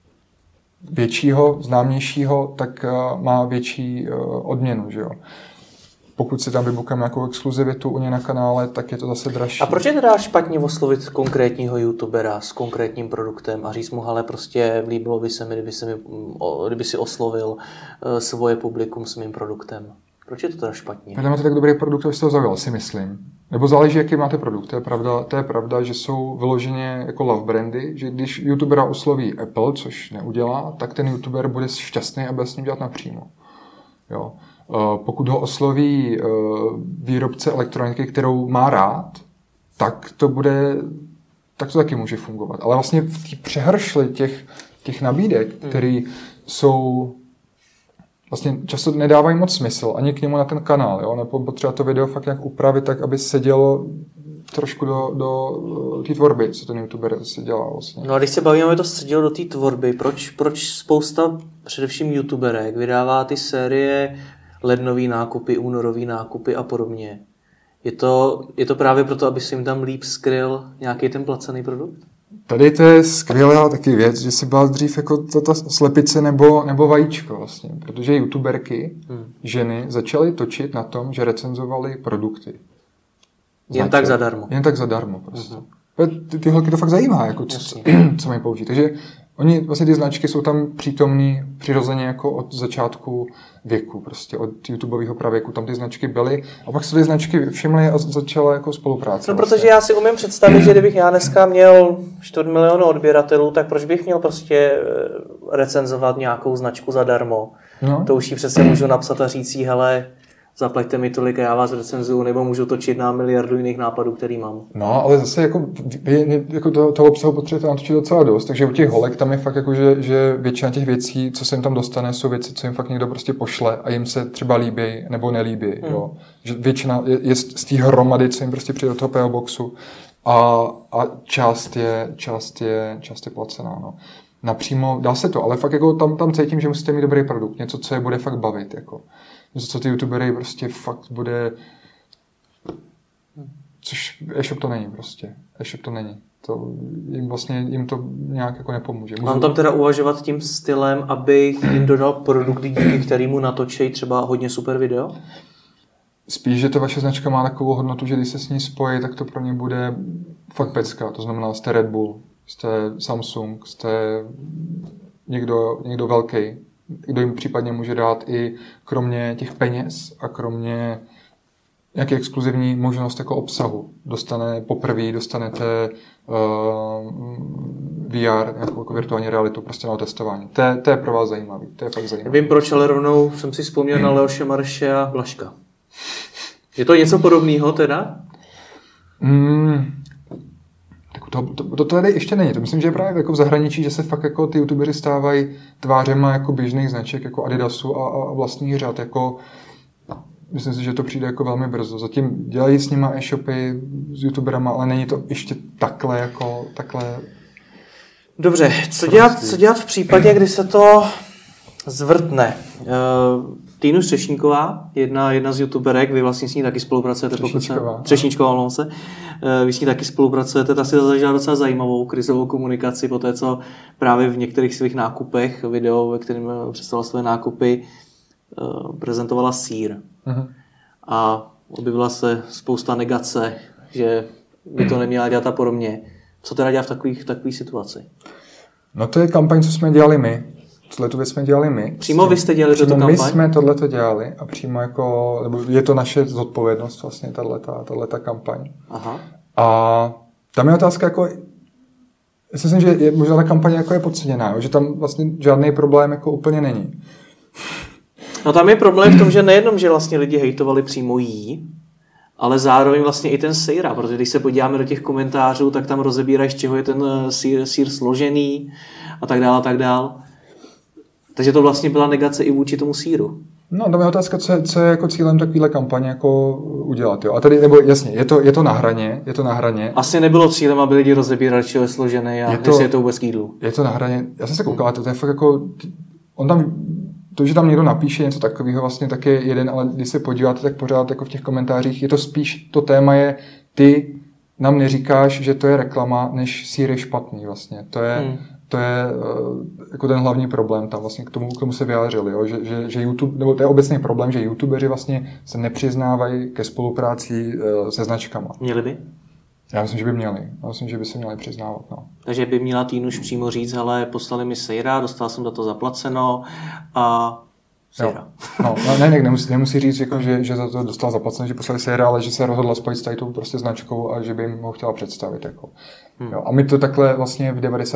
většího, známějšího, tak má větší odměnu, že jo. Pokud si tam vybukám nějakou exkluzivitu u něj na kanále, tak je to zase dražší. A proč je teda špatně oslovit konkrétního youtubera s konkrétním produktem a říct mu, hele, prostě líbilo by se mi, kdyby si oslovil svoje publikum s mým produktem? Proč je to teda špatně? Když máte tak dobrý produkt, abyste ho zaujal, si myslím. Nebo záleží, jaký máte produkt. To je pravda, že jsou vyloženě jako love brandy, že když youtubera osloví Apple, což neudělá, tak ten youtuber bude šťastný a bude s ním dělat napřímo. Jo. Pokud ho osloví výrobce elektroniky, kterou má rád, tak to taky může fungovat. Ale vlastně v té přehršli těch nabídek, které jsou vlastně často nedávají moc smysl ani k němu na ten kanál, jo? Nebo potřeba to video fakt nějak upravit tak, aby sedělo trošku do té tvorby, co ten youtuber si dělá vlastně. No a když se bavíme, aby to sedělo do té tvorby, proč spousta především youtuberek vydává ty série lednový nákupy, únorový nákupy a podobně? Je to právě proto, aby si jim tam líp skryl nějaký ten placený produkt? Tady to je skvělá taky věc, že si byla dřív jako ta slepice nebo vajíčko vlastně, protože youtuberky, ženy, začaly točit na tom, že recenzovali produkty. Jen tak zadarmo. Jen tak zadarmo prostě. Ty holky to fakt zajímá, jako co mají použít. Takže oni vlastně ty značky jsou tam přítomní přirozeně jako od začátku věku, prostě od YouTubeového pravěku tam ty značky byly a pak se ty značky všimly a začala jako spolupráce. No protože já si umím představit, že kdybych já dneska měl 4 miliony odběratelů, tak proč bych měl prostě recenzovat nějakou značku zadarmo? No. To už ji přece můžu napsat a říct jí, hele, zaplaťte mi tolik a já vás recenzuju, nebo můžu točit na miliardu jiných nápadů, který mám. No, ale zase jako toho obsahu potřebujete natočit docela dost, takže u těch holek tam je fakt jako, že většina těch věcí, co se jim tam dostane, jsou věci, co jim fakt někdo prostě pošle a jim se třeba líbí nebo nelíbí. Jo. Že většina je z té hromady, co jim prostě přijde do toho PO boxu a část je placená. No. Napřímo dá se to, ale fakt jako tam cítím, že musíte mít dobrý produkt, něco, co je bude fakt bavit. Jako. Něco, co ty youtubery prostě fakt bude... Což e-shop to není prostě. E-shop to není. Jim to nějak jako nepomůže. Mám tam teda uvažovat tím stylem, aby jim dodal produkt, díky kterému natočí třeba hodně super video? Spíš, že ta vaše značka má takovou hodnotu, že když se s ní spojí, tak to pro ně bude fakt pecka. To znamená, jste Red Bull, jste Samsung, jste někdo velký, kdo jim případně může dát i kromě těch peněz a kromě nějaké exkluzivní možnost jako obsahu. Dostanete VR, jako virtuální realitu, prostě na testování. To je pro vás zajímavý. To je fakt zajímavý. Nevím proč, ale rovnou jsem si vzpomněl na Leoše Marše a Blažka. Je to něco podobného teda? To tady ještě není. To myslím, že je právě jako v zahraničí, že se fakt jako ty youtubeři stávají tvářema jako běžných značek, jako Adidasu a vlastních řad. Jako, myslím si, že to přijde jako velmi brzo. Zatím dělají s nima e-shopy s youtuberama, ale není to ještě takhle. Dobře, co dělat v případě, kdy se to zvrtne? Týnu Střešníková, jedna z youtuberek, vy vlastně s ní taky spolupracujete. Třešníčková, vy s ní taky spolupracujete, ta si zažila docela zajímavou krizovou komunikaci po té, co právě v některých svých nákupech, video, ve kterém představila své nákupy, prezentovala sýr. A objevila se spousta negace, že by to neměla dělat a podobně. Co teda dělat v takové situaci? No to je kampaň, co jsme dělali my. Tohleto věc jsme dělali my. Přímo vy jste dělali tuto kampaň? My jsme tohleto dělali a přímo jako, je to naše zodpovědnost vlastně, tato kampaň. Aha. A tam je otázka jako, já si myslím, že možná ta kampaně jako je podceněná, že tam vlastně žádný problém jako úplně není. No tam je problém v tom, že nejenom, že vlastně lidi hejtovali přímo jí, ale zároveň vlastně i ten sejra, protože když se podíváme do těch komentářů, tak tam rozebírají, z čeho je ten sýr složený a tak dále a tak dále. Takže to vlastně byla negace i vůči tomu sýru. No, tam je otázka, co je jako cílem takovéhle kampaně jako udělat. Jo? A tady, nebo jasně, je to na hraně. Asi nebylo cílem, aby lidi rozebírali, čeho je složený a jestli je to vůbec k jídlu. Je to na hraně. Já jsem se koukal, to je fakt jako, to, že tam někdo napíše něco takového, vlastně tak je jeden, ale když se podíváte, tak pořád jako v těch komentářích, je to spíš, to téma je, ty nám neříkáš, že to je reklama, než sýr je špatný vlastně. To je jako ten hlavní problém tam vlastně k tomu se vyjádřili, jo? Že YouTube, nebo to je obecný problém, že YouTubeři vlastně se nepřiznávají ke spolupráci se značkama. Měli by? Já myslím, že by měli. Já myslím, že by se měli přiznávat. No. Takže by měla Týnuš přímo říct, hele, poslali mi sejra, dostal jsem za to zaplaceno a sejra. No, nemusí říct, jako, že za to dostal zaplaceno, že poslali sejra, ale že se rozhodla spojit s tou prostě značkou a že by jim ho chtěla představit. Jako. Jo, a my to takhle vlastně v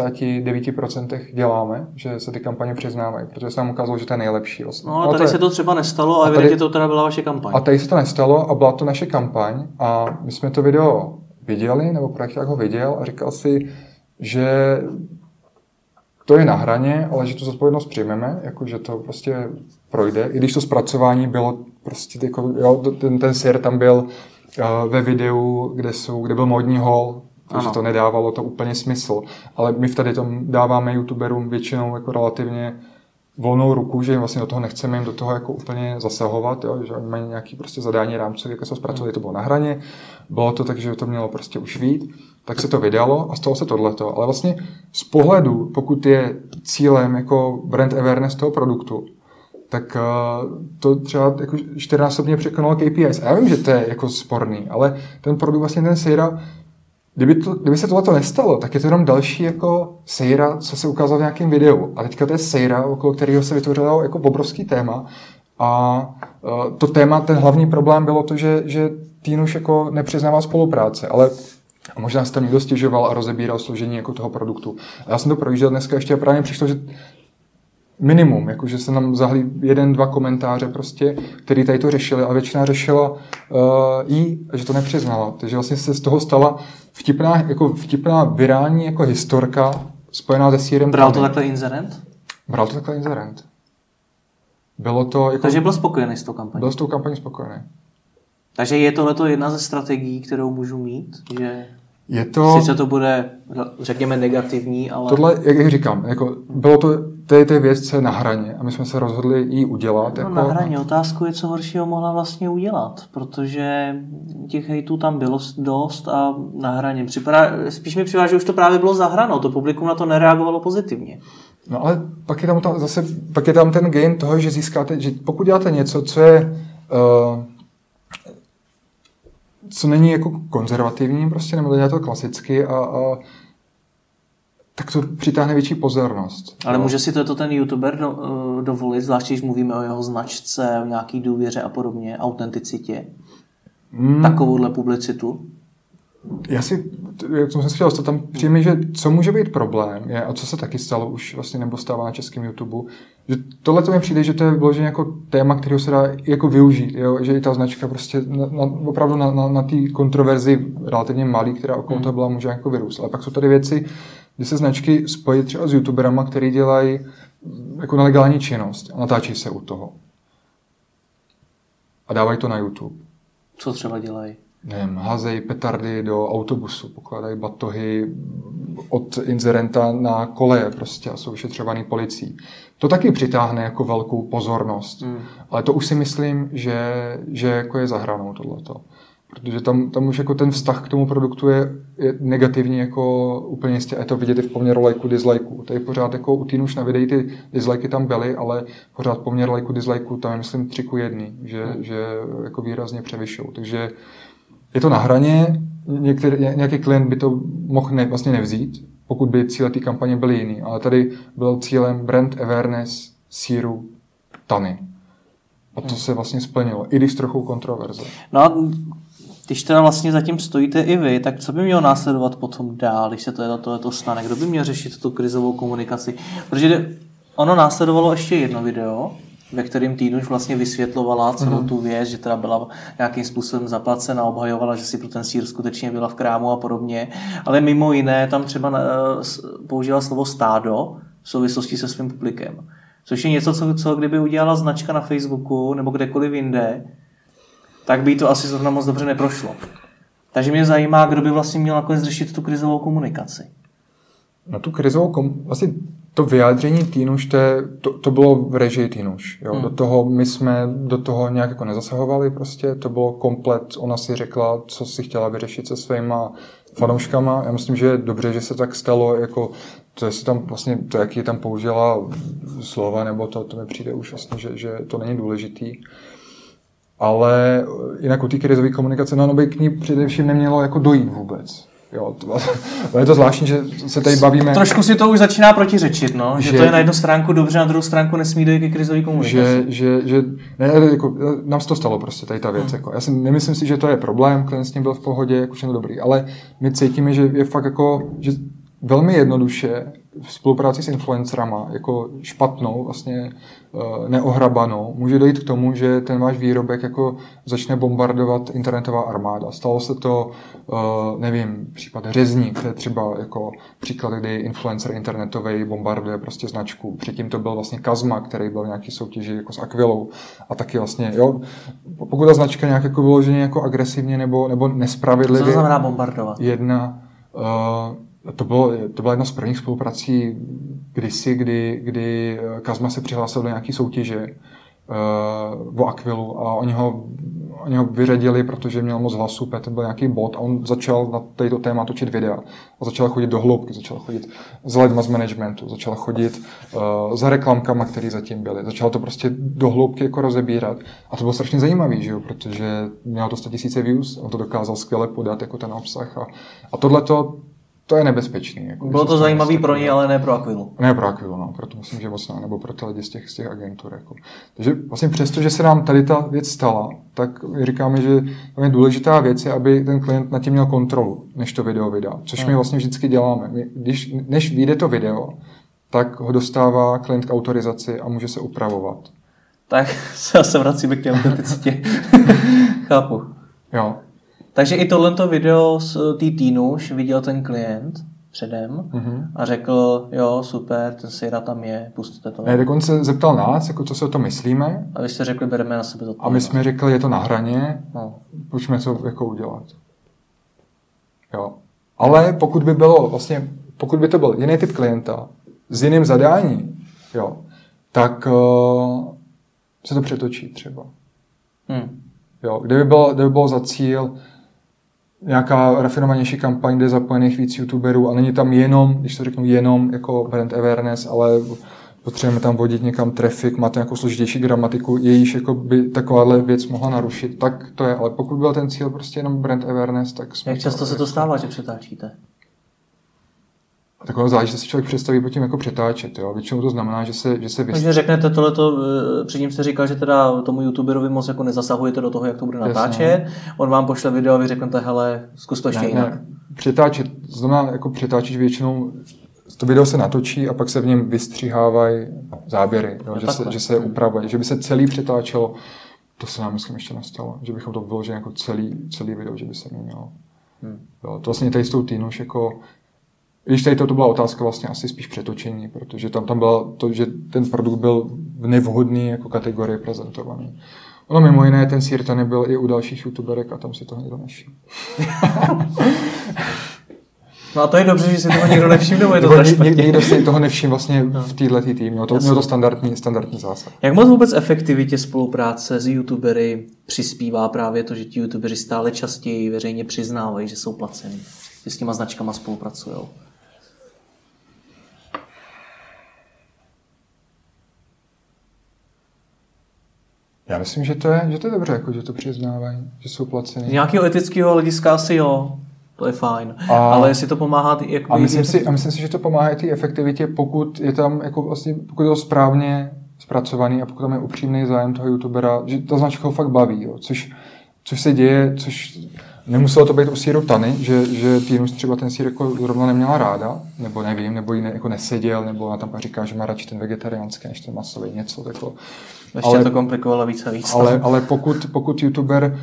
99% děláme, že se ty kampaně přiznávají, protože se nám ukázalo, že to je nejlepší. Vlastně. No, ale tady se to třeba nestalo a evidentně to teda byla vaše kampaň. A tady se to nestalo a byla to naše kampaň a my jsme to video viděli, nebo projekták ho viděl a říkal si, že to je na hraně, ale že tu zodpovědnost přijmeme, jako že to prostě projde. I když to zpracování bylo prostě, jako, jo, ten sýr tam byl ve videu, kde byl módní hol, takže to nedávalo to úplně smysl. Ale my v tady tom dáváme youtuberům většinou jako relativně volnou ruku, že jim vlastně do toho nechceme jim do toho jako úplně zasahovat, jo, že oni mají nějaký prostě zadání rámcové, jak se zpracovali, to bylo na hraně, bylo to tak, že to mělo prostě už vít, tak se to vydalo a stalo se tohleto. Ale vlastně z pohledu, pokud je cílem jako brand awareness toho produktu, tak to třeba jako 4násobně překonalo KPIs. A já vím, že to je jako sporný, ale ten produkt vlastně ten sejra, kdyby se tohleto nestalo, tak je to jenom další jako sejra, co se ukázalo v nějakém videu. A teďka to je sejra, okolo kterého se vytvořilo jako obrovský téma. A to téma, ten hlavní problém bylo to, že Týnuš jako nepřiznává spolupráce, ale možná se tam někdo stěžoval a rozebíral složení jako toho produktu. A já jsem to projížděl dneska ještě a právě přišlo, že minimum, jakože se nám zahlí 1-2 komentáře prostě, který tady to řešili a většina řešila že to nepřiznala. Takže vlastně se z toho stala vtipná virální jako historka spojená se sýrem. Bral to takhle inzerent? Bral to takhle inzerent. Bylo to jako... Takže byl spokojený s tou kampaní? Byl s tou kampaní spokojený. Takže je tohleto jedna ze strategií, kterou můžu mít? Že... Je to... Sice to bude, řekněme, negativní, ale... Tohle, jak říkám, jako bylo to je věc, co je na hraně a my jsme se rozhodli ji udělat. No, jako... Na hraně. Otázku je, co horšího mohla vlastně udělat, protože těch hejtů tam bylo dost a na hraně. Spíš mi připadá, že už to právě bylo za hranou, to publikum na to nereagovalo pozitivně. No ale pak je tam ten gain toho, že získáte, že pokud děláte něco, co je... co není jako konzervativní, prostě nebo dělat to klasicky a tak to přitáhne větší pozornost. Ale může si to ten youtuber dovolit, zvláště když mluvíme o jeho značce, o nějaký důvěře a podobně, autenticitě? Takovouhle publicitu? Jak jsem si chtěl dostat, tam přijme, že co může být problém, je, a co se taky stalo, už vlastně nebo stává na českém YouTube, že tohle to mi přijde, že to je vloženě jako téma, kterého se dá jako využít, jo? Že i ta značka prostě opravdu na té kontroverzi relativně malý, která okolo toho byla, může jako vyrůst. Ale pak jsou tady věci, kdy se značky spojí třeba s youtuberama, který dělají jako nelegální činnost a natáčí se u toho. A dávají to na YouTube. Co třeba dělají? Nevím, házejí petardy do autobusu, pokládají batohy od inzerenta na koleje prostě a jsou vyšetřovaný policií. To taky přitáhne jako velkou pozornost. Ale to už si myslím, že jako je za hranou tohleto. Protože tam už jako ten vztah k tomu produktu je negativní jako úplně jistě. A je to vidět i v poměru lajku, dislajku. Tady pořád jako u Týnuš na videí ty dislajky tam byly, ale pořád poměr lajku, dislajku tam je myslím 3:1, že jako výrazně převyšují. Takže je to na hraně, nějaký klient by to mohl vlastně nevzít, pokud by cíle té kampaně byly jiný. Ale tady byl cílem brand awareness sýru Tany. A to se vlastně splnilo, i když s trochou kontroverze. No a Když teda vlastně zatím stojíte i vy, tak co by mělo následovat potom dál, když se tohleto stane? Kdo by měl řešit tu krizovou komunikaci? Protože ono následovalo ještě jedno video, ve kterém Týnuš vlastně vysvětlovala celou tu věc, že teda byla nějakým způsobem zaplacena, obhajovala, že si pro ten sýr skutečně byla v krámu a podobně. Ale mimo jiné tam třeba použila slovo stádo v souvislosti se svým publikem. Což je něco, co kdyby udělala značka na Facebooku nebo kdekoliv jinde, tak by to asi zrovna moc dobře neprošlo. Takže mě zajímá, kdo by vlastně měl nakonec řešit tu krizovou komunikaci. No tu krizovou vlastně to vyjádření Týnuš, to bylo v režii Týnuš. My jsme do toho nějak jako nezasahovali prostě, to bylo komplet, ona si řekla, co si chtěla vyřešit se svýma fanouškama. Já myslím, že je dobře, že se tak stalo, jako to, jestli tam vlastně, to, jaký tam použila slova, nebo to mi přijde už vlastně, že to není důležitý. Ale jinak u té krizové komunikace, no by k ní především nemělo jako dojít vůbec. Jo, je to zvláštní, že se tady bavíme... Trošku si to už začíná protiřečit, no? Že to je na jednu stránku dobře, na druhou stránku nesmí dojít ke krizové komunikaci. Nám se to stalo prostě, tady ta věc. Jako. Já si nemyslím si, že to je problém, klient s ním byl v pohodě, jako všechno dobrý, ale my cítíme, že je fakt jako, že velmi jednoduše v spolupráci s influencerama, jako špatnou, vlastně neohrabanou, může dojít k tomu, že ten váš výrobek jako začne bombardovat internetová armáda. Stalo se to, nevím, případ Řezník, to je třeba jako příklad, kdy influencer internetový bombarduje prostě značku. Předtím to byl vlastně Kazma, který byl v nějaký soutěži jako s Aquilou. A taky vlastně, jo, pokud ta značka nějak jako vyloženě jako agresivně nebo nespravedlivě... Co to znamená bombardovat? To byla jedna z prvních spoluprací kdysi, kdy Kazma se přihlásil do nějaký soutěže o Aquilu a oni ho vyřadili, protože měl moc hlasu, to byl nějaký bot a on začal na této téma točit videa a začal chodit do hloubky, začal chodit s lidma z managementu, začal chodit za reklamkama, které zatím byly, začal to prostě do hloubky jako rozebírat a to bylo strašně zajímavý, že jo? Protože mělo to 100 000 views, on to dokázal skvěle podat jako ten obsah a tohleto to je nebezpečný. Jako, bylo to zajímavý pro něj, ale ne pro Aquilu. Ne pro Aquilu, no. Proto myslím, že moc ne, nebo pro ty lidi z těch agentur. Jako. Takže vlastně přesto, že se nám tady ta věc stala, tak říkáme, že je důležitá věc je, aby ten klient nad tím měl kontrolu, než to video vydá. Což my vlastně vždycky děláme. Než vyjde to video, tak ho dostává klient k autorizaci a může se upravovat. Tak se zase vracíme k té autenticitě. Chápu. Jo. Takže i tohleto video z té Týnuš viděl ten klient předem a řekl, jo, super, ten sejra tam je, pusťte to. Ne, tak on se zeptal nás, jako co si o to myslíme. A vy jste řekli, bereme na sebe to. A my jsme řekli, je to na hraně, pojďme co jako udělat. Jo. Ale pokud by to byl jiný typ klienta s jiným zadáním, jo, tak se to přetočí třeba. Jo, kdyby bylo za cíl nějaká rafinovanější kampaň, kde je zapojených víc youtuberů a není tam jenom, když to řeknu jenom jako brand awareness, ale potřebujeme tam vodit někam traffic, máte nějakou složitější gramatiku, jejíž jako by takováhle věc mohla narušit, tak to je, ale pokud byl ten cíl prostě jenom brand awareness, tak jsme... Jak často se to stává, že přetáčíte? Tak ono záleží, že si člověk představí pod tím jako přetáčet. Jo? Většinou to znamená, že se Takže řeknete tohleto, předtím jste říkal, že teda tomu youtuberovi moc jako nezasahujete do toho, jak to bude natáčet. Jasně. On vám pošle video a vy řeknete, hele, zkus to ještě jinak. Přetáčet, znamená jako přetáčet většinou, to video se natočí a pak se v něm vystřihávají záběry, jo? Že se upravuje, že by se celý přetáčelo, to se nám myslím ještě nestalo, že bychom to vyložili jako celý video, že by se měnilo. Jo? To vlastně tady s tou Týnuš jako když tady to byla otázka vlastně asi spíš přetočení, protože tam bylo to, že ten produkt byl v nevhodný jako kategorii prezentovaný. Ono mimo jiné, ten sýr tady byl i u dalších youtuberek a tam si toho někdo nevšiml. No a to je dobře, že si toho někdo nevšiml, je to někdo si toho nevšiml vlastně v této tým. Mělo to standardní zásah. Jak moc vůbec efektivitě spolupráce s youtubery přispívá právě to, že ti youtubeři stále častěji veřejně přiznávají, že jsou placení, že s těma značkama spolupracují? Já myslím, že to je dobře, jako, že to přiznávají, že jsou placení. Z nějakého etického hlediska asi jo, to je fajn. Ale jestli to pomáhá... A myslím si, že to pomáhá i té efektivitě, pokud je tam jako vlastně, pokud je to správně zpracovaný a pokud tam je upřímný zájem toho youtubera, že ta značka ho fakt baví, jo, což se děje, Nemuselo to být u síru Tany, že Týnus třeba ten sír jako zrovna neměla ráda, nebo nevím, nebo jí jako neseděl, nebo ona tam pak říká, že má radši ten vegetariánský než ten masový, něco takové. Ještě to komplikovalo víc a víc. Ale pokud YouTuber,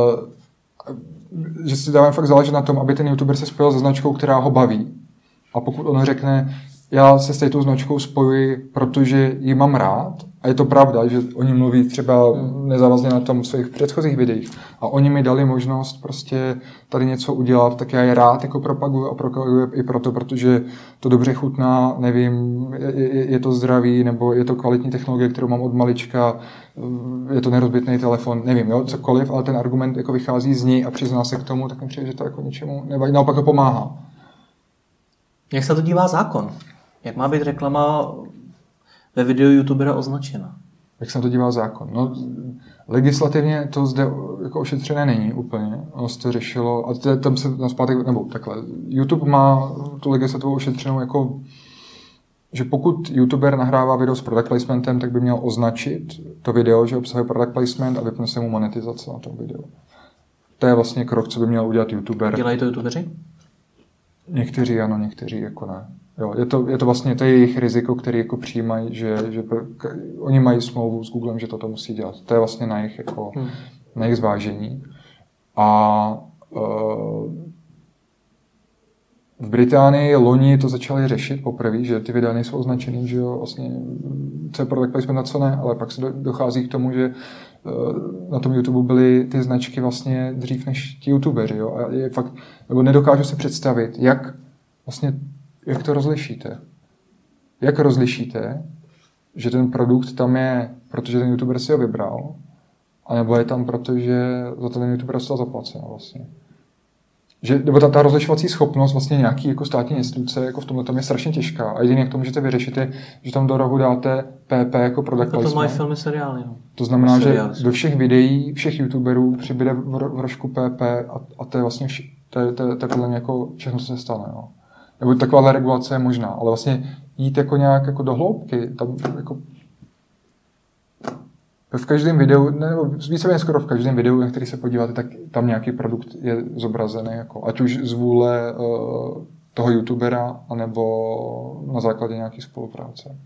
že si dávám fakt záležet na tom, aby ten YouTuber se spojil se značkou, která ho baví. A pokud on řekne, já se s této značkou spojuji, protože ji mám rád, a je to pravda, že oni mluví třeba nezávazně na tom v svých předchozích videích a oni mi dali možnost prostě tady něco udělat, tak já je rád jako propaguju a propaguju i proto, protože to dobře chutná, nevím, je to zdravý, nebo je to kvalitní technologie, kterou mám od malička, je to nerozbitný telefon, nevím, jo, cokoliv, ale ten argument jako vychází z ní a přizná se k tomu, tak mi přijde, že to jako ničemu nevadí, naopak to pomáhá. Jak se to dívá zákon? Jak má být reklama ve videu youtubera označena? Jak se na to dívá zákon? No, legislativně to zde jako ošetřené není úplně. Ono se to řešilo, a tam se naspátek, nebo takhle. YouTube má tu legislativu ošetřenou jako, že pokud YouTuber nahrává video s product placementem, tak by měl označit to video, že obsahuje product placement a vypne se mu monetizace na tom videu. To je vlastně krok, co by měl udělat YouTuber. Dělají to YouTubeři? Někteří ano, někteří jako ne. Jo, je to vlastně to je jejich riziko, který jako přijímají, že oni mají smlouvu s Googlem, že toto musí dělat. To je vlastně na jejich, jako, na jejich zvážení. A v Británii loni to začali řešit poprvé, že ty videa nejsou označený, že jo, vlastně co je product placement a co ne, ale pak se dochází k tomu, že na tom YouTube byly ty značky vlastně dřív než ti YouTubeři, jo, a je fakt, nebo nedokážu si představit, jak to rozlišíte? Jak rozlišíte, že ten produkt tam je, protože ten YouTuber si ho vybral, anebo je tam, protože za to ten YouTuber dostal zaplaceno vlastně? Nebo ta rozlišovací schopnost vlastně nějaký jako státní instituce jako v tomhle tam je strašně těžká. A jediné, jak to můžete vyřešit, je, že tam do rohu dáte PP jako product placement. To mají filmy, seriály. No. To znamená, že do všech videí, všech YouTuberů přibude v rožku PP a to je vlastně to je podle mě jako všechno, co se stane. No. Nebo taková regulace je možná, ale vlastně jít jako nějak jako do hloubky, tam jako v každém videu, nebo víceméně skoro v každém videu, na který se podíváte, tak tam nějaký produkt je zobrazený, jako, ať už z vůle toho YouTubera, anebo na základě nějaké spolupráce.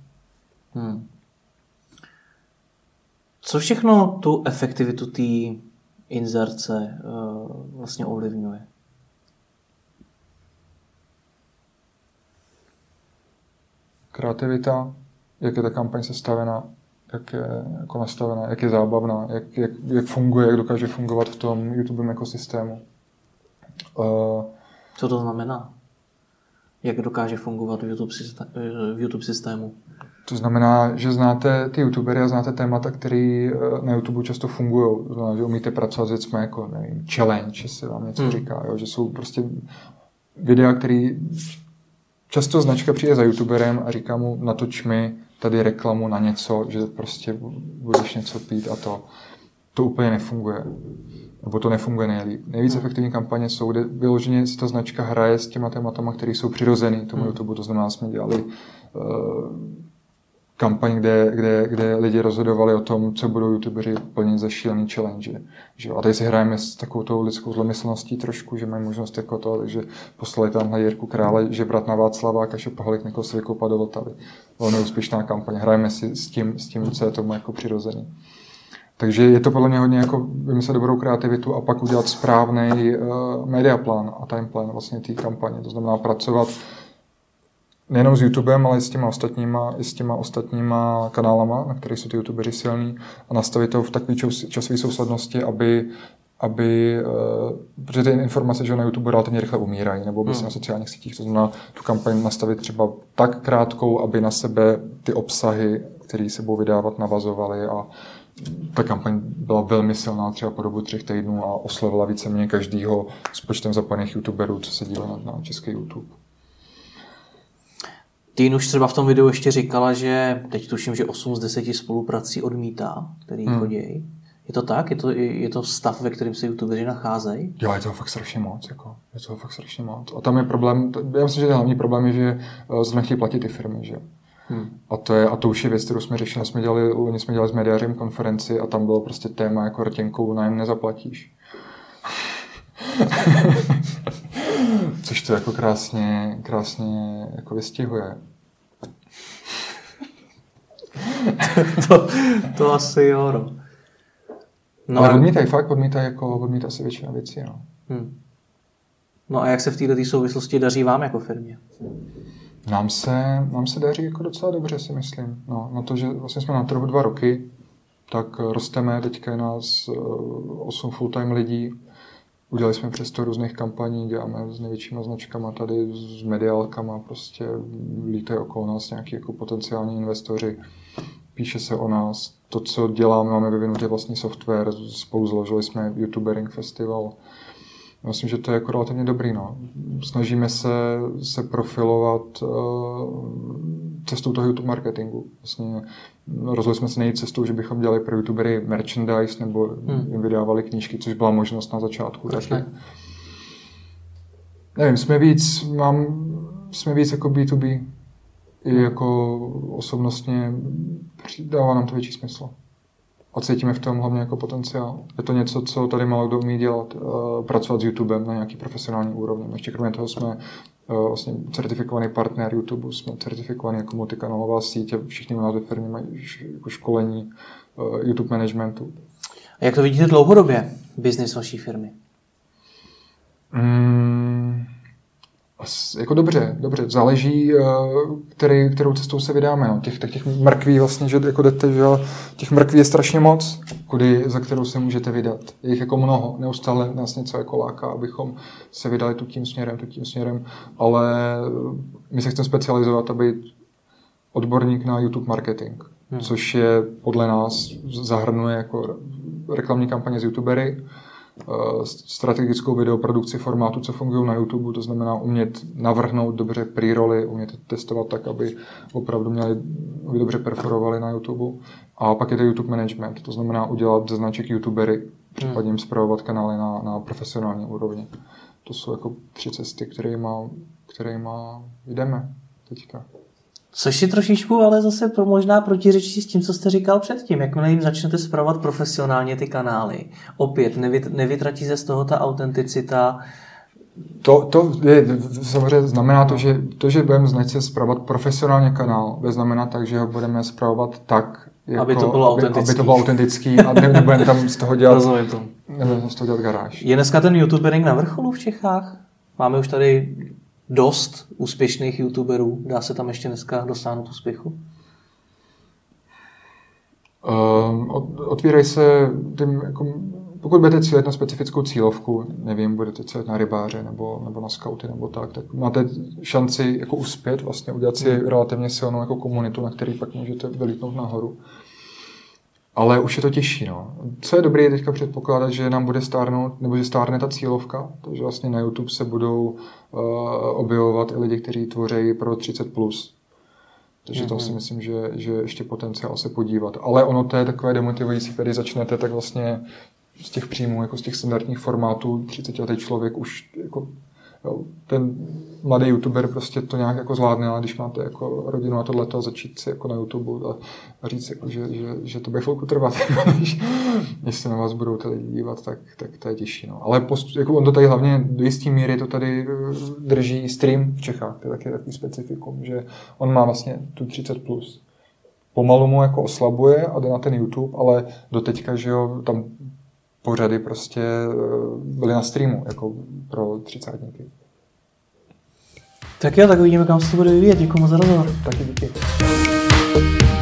Co všechno tu efektivitu té inzerce vlastně ovlivňuje? Kreativita, jak je ta kampaň sestavená, jak je jako nastavená, jak je zábavná, jak funguje, jak dokáže fungovat v tom YouTube ekosystému. Co to znamená? Jak dokáže fungovat v YouTube systému? To znamená, že znáte ty YouTubery a znáte témata, které na YouTube často fungují. To znamená, že umíte pracovat s věcmi jako nevím, challenge, se vám něco říká, jo? Že jsou prostě videa, které často značka přijde za YouTuberem a říká mu, natoč mi tady reklamu na něco, že prostě budeš něco pít a to úplně nefunguje. Nebo to nefunguje nejlíp. Nejvíc efektivní kampaně jsou, kde vyloženě si ta značka hraje s těma tématama, které jsou přirozený tomu YouTube. To znamená, jsme dělali kampaň, kde lidi rozhodovali o tom, co budou YouTubeři plnit za šílený challenge. Že? A tady si hrajeme s takovou tou lidskou zlomyslností trošku, že mají možnost jako to, takže poslali tamhle Jirku Krále žebrat na Václaváka, Šopaholik někoho se vykoupat do Vltavy. Velmi úspěšná kampaň. Hrajeme si s tím, co je tomu jako přirozený. Takže je to podle mě hodně jako vymyslet dobrou kreativitu a pak udělat správný mediaplán a timeplan vlastně té kampaně. To znamená pracovat nejenom s YouTubem, ale i s těma ostatníma kanálama, na kterých jsou ty YouTubeři silní a nastavit to v takové časové souslednosti, aby protože ty informace, že na YouTube relativně rychle umírají, nebo obecně na sociálních sítích, to znamená tu kampaň nastavit třeba tak krátkou, aby na sebe ty obsahy, které se budou vydávat, navazovaly a ta kampaň byla velmi silná třeba po dobu 3 týdnů a oslovila víceméně každýho s počtem zapojených YouTuberů, co se dívá na český YouTube. Týn už třeba v tom videu ještě říkala, že teď tuším, že 8 z 10 spoluprací odmítá, který chodí. Je to tak? Je to stav, ve kterém se YouTubeři nacházejí? Jo, je toho fakt strašně moc. Je toho fakt strašně moc. A tam je problém, já myslím, že hlavní problém je, že se nechtějí platit ty firmy, že? A to už je věc, kterou jsme řešili. Jsme dělali s médiářem konferenci a tam bylo prostě téma jako rtěnkou nájem nezaplatíš. Což to jako krásně jako vystihuje. to asi jo, no. Ale odmítají se většina věcí, no. No a jak se v této souvislosti daří vám jako firmě? Nám se daří jako docela dobře, si myslím. No, na to, že vlastně jsme na trhu 2 roky, tak rosteme, teďka je nás 8 full-time lidí. Udělali jsme přes 100 různých kampaní, děláme s největšíma značkama tady, s mediálkama, prostě lítají okolo nás nějaký jako potenciální investoři. Píše se o nás. To, co děláme, máme vyvinutý vlastní software, spolu založili jsme YouTubering Festival. Myslím, že to je jako relativně dobrý. No. Snažíme se profilovat cestou toho YouTube marketingu. Vlastně rozhodli jsme se nejít cestou, že bychom dělali pro YouTubery merchandise nebo jim vydávali knížky, což byla možnost na začátku. Taky. Nevím, jsme víc jako B2B. I jako osobnostně dává nám to větší smysl. A cítíme v tom hlavně jako potenciál. Je to něco, co tady málo kdo umí dělat. Pracovat s YouTubem na nějaký profesionální úrovni. Ještě kromě toho jsme vlastně certifikovaný partner YouTube, jsme certifikovaný jako multikanálová síť a všichni u nás ve firmě mají jako školení YouTube managementu. A jak to vidíte dlouhodobě, biznis vaší firmy? Jako dobře. Záleží, kterou cestou se vydáme. No. Těch mrkví vlastně, že jako jdete, že těch mrkví je strašně moc, za kterou se můžete vydat. Je jich jako mnoho. Neustále nás něco jako láká, abychom se vydali tím směrem, ale my se chceme specializovat a být odborník na YouTube marketing, což je podle nás zahrnuje jako reklamní kampaně s YouTubery, strategickou videoprodukci formátu, co fungují na YouTube, to znamená umět navrhnout dobře pre-roly, umět testovat tak, aby opravdu aby dobře perforovali na YouTube. A pak je to YouTube management, to znamená udělat ze značek YouTubery, případně jim spravovat kanály na profesionální úrovni. To jsou jako 3 cesty, kterými jdeme teďka. Což si trošičku, ale zase možná protiřečí s tím, co jste říkal předtím. Jakmile jim začnete spravovat profesionálně ty kanály, opět nevytratí se z toho ta autenticita. To je, samozřejmě znamená to, že budeme značce spravovat profesionálně kanál, bude znamenat tak, že ho budeme spravovat tak, jako, aby to bylo autentický a nebudeme tam z toho dělat, garáž. Je dneska ten youtubering na vrcholu v Čechách? Máme už tady dost úspěšných youtuberů. Dá se tam ještě dneska dosáhnout úspěchu? Otvírají se tím, jako, pokud budete cílit na specifickou cílovku, nevím, budete cílit na rybáře nebo na skauty nebo tak máte šanci jako uspět, vlastně udělat si relativně silnou jako komunitu, na který pak můžete vylítnout nahoru. Ale už je to těžší. No. Co je dobré teďka předpokládat, že nám bude stárnout, nebo že stárne ta cílovka, takže vlastně na YouTube se budou objevovat i lidi, kteří tvoří pro 30+. Takže to si myslím, že ještě potenciál se podívat. Ale ono to je takové demotivující, když začnete, tak vlastně z těch příjmů, jako z těch standardních formátů, 30letý člověk už jako, jo, ten mladý youtuber prostě to nějak jako zvládne, ale když máte jako rodinu a tohleto, začít si jako na YouTube a říct, jako, že to bude chvilku trvat, než se na vás budou ty lidi dívat, tak to je těžší. No. Ale jako on to tady hlavně do jistý míry to tady drží stream v Čechách, to je taky takový specifikum, že on má vlastně tu 30+. Pomalu mu jako oslabuje a jde na ten YouTube, ale doteďka, že jo, tam pořady prostě byly na streamu, jako pro 30níky. Tak jo, tak uvidíme, kam se to bude vyvíjet. Děkuji moc za rozhovor. Taky díky.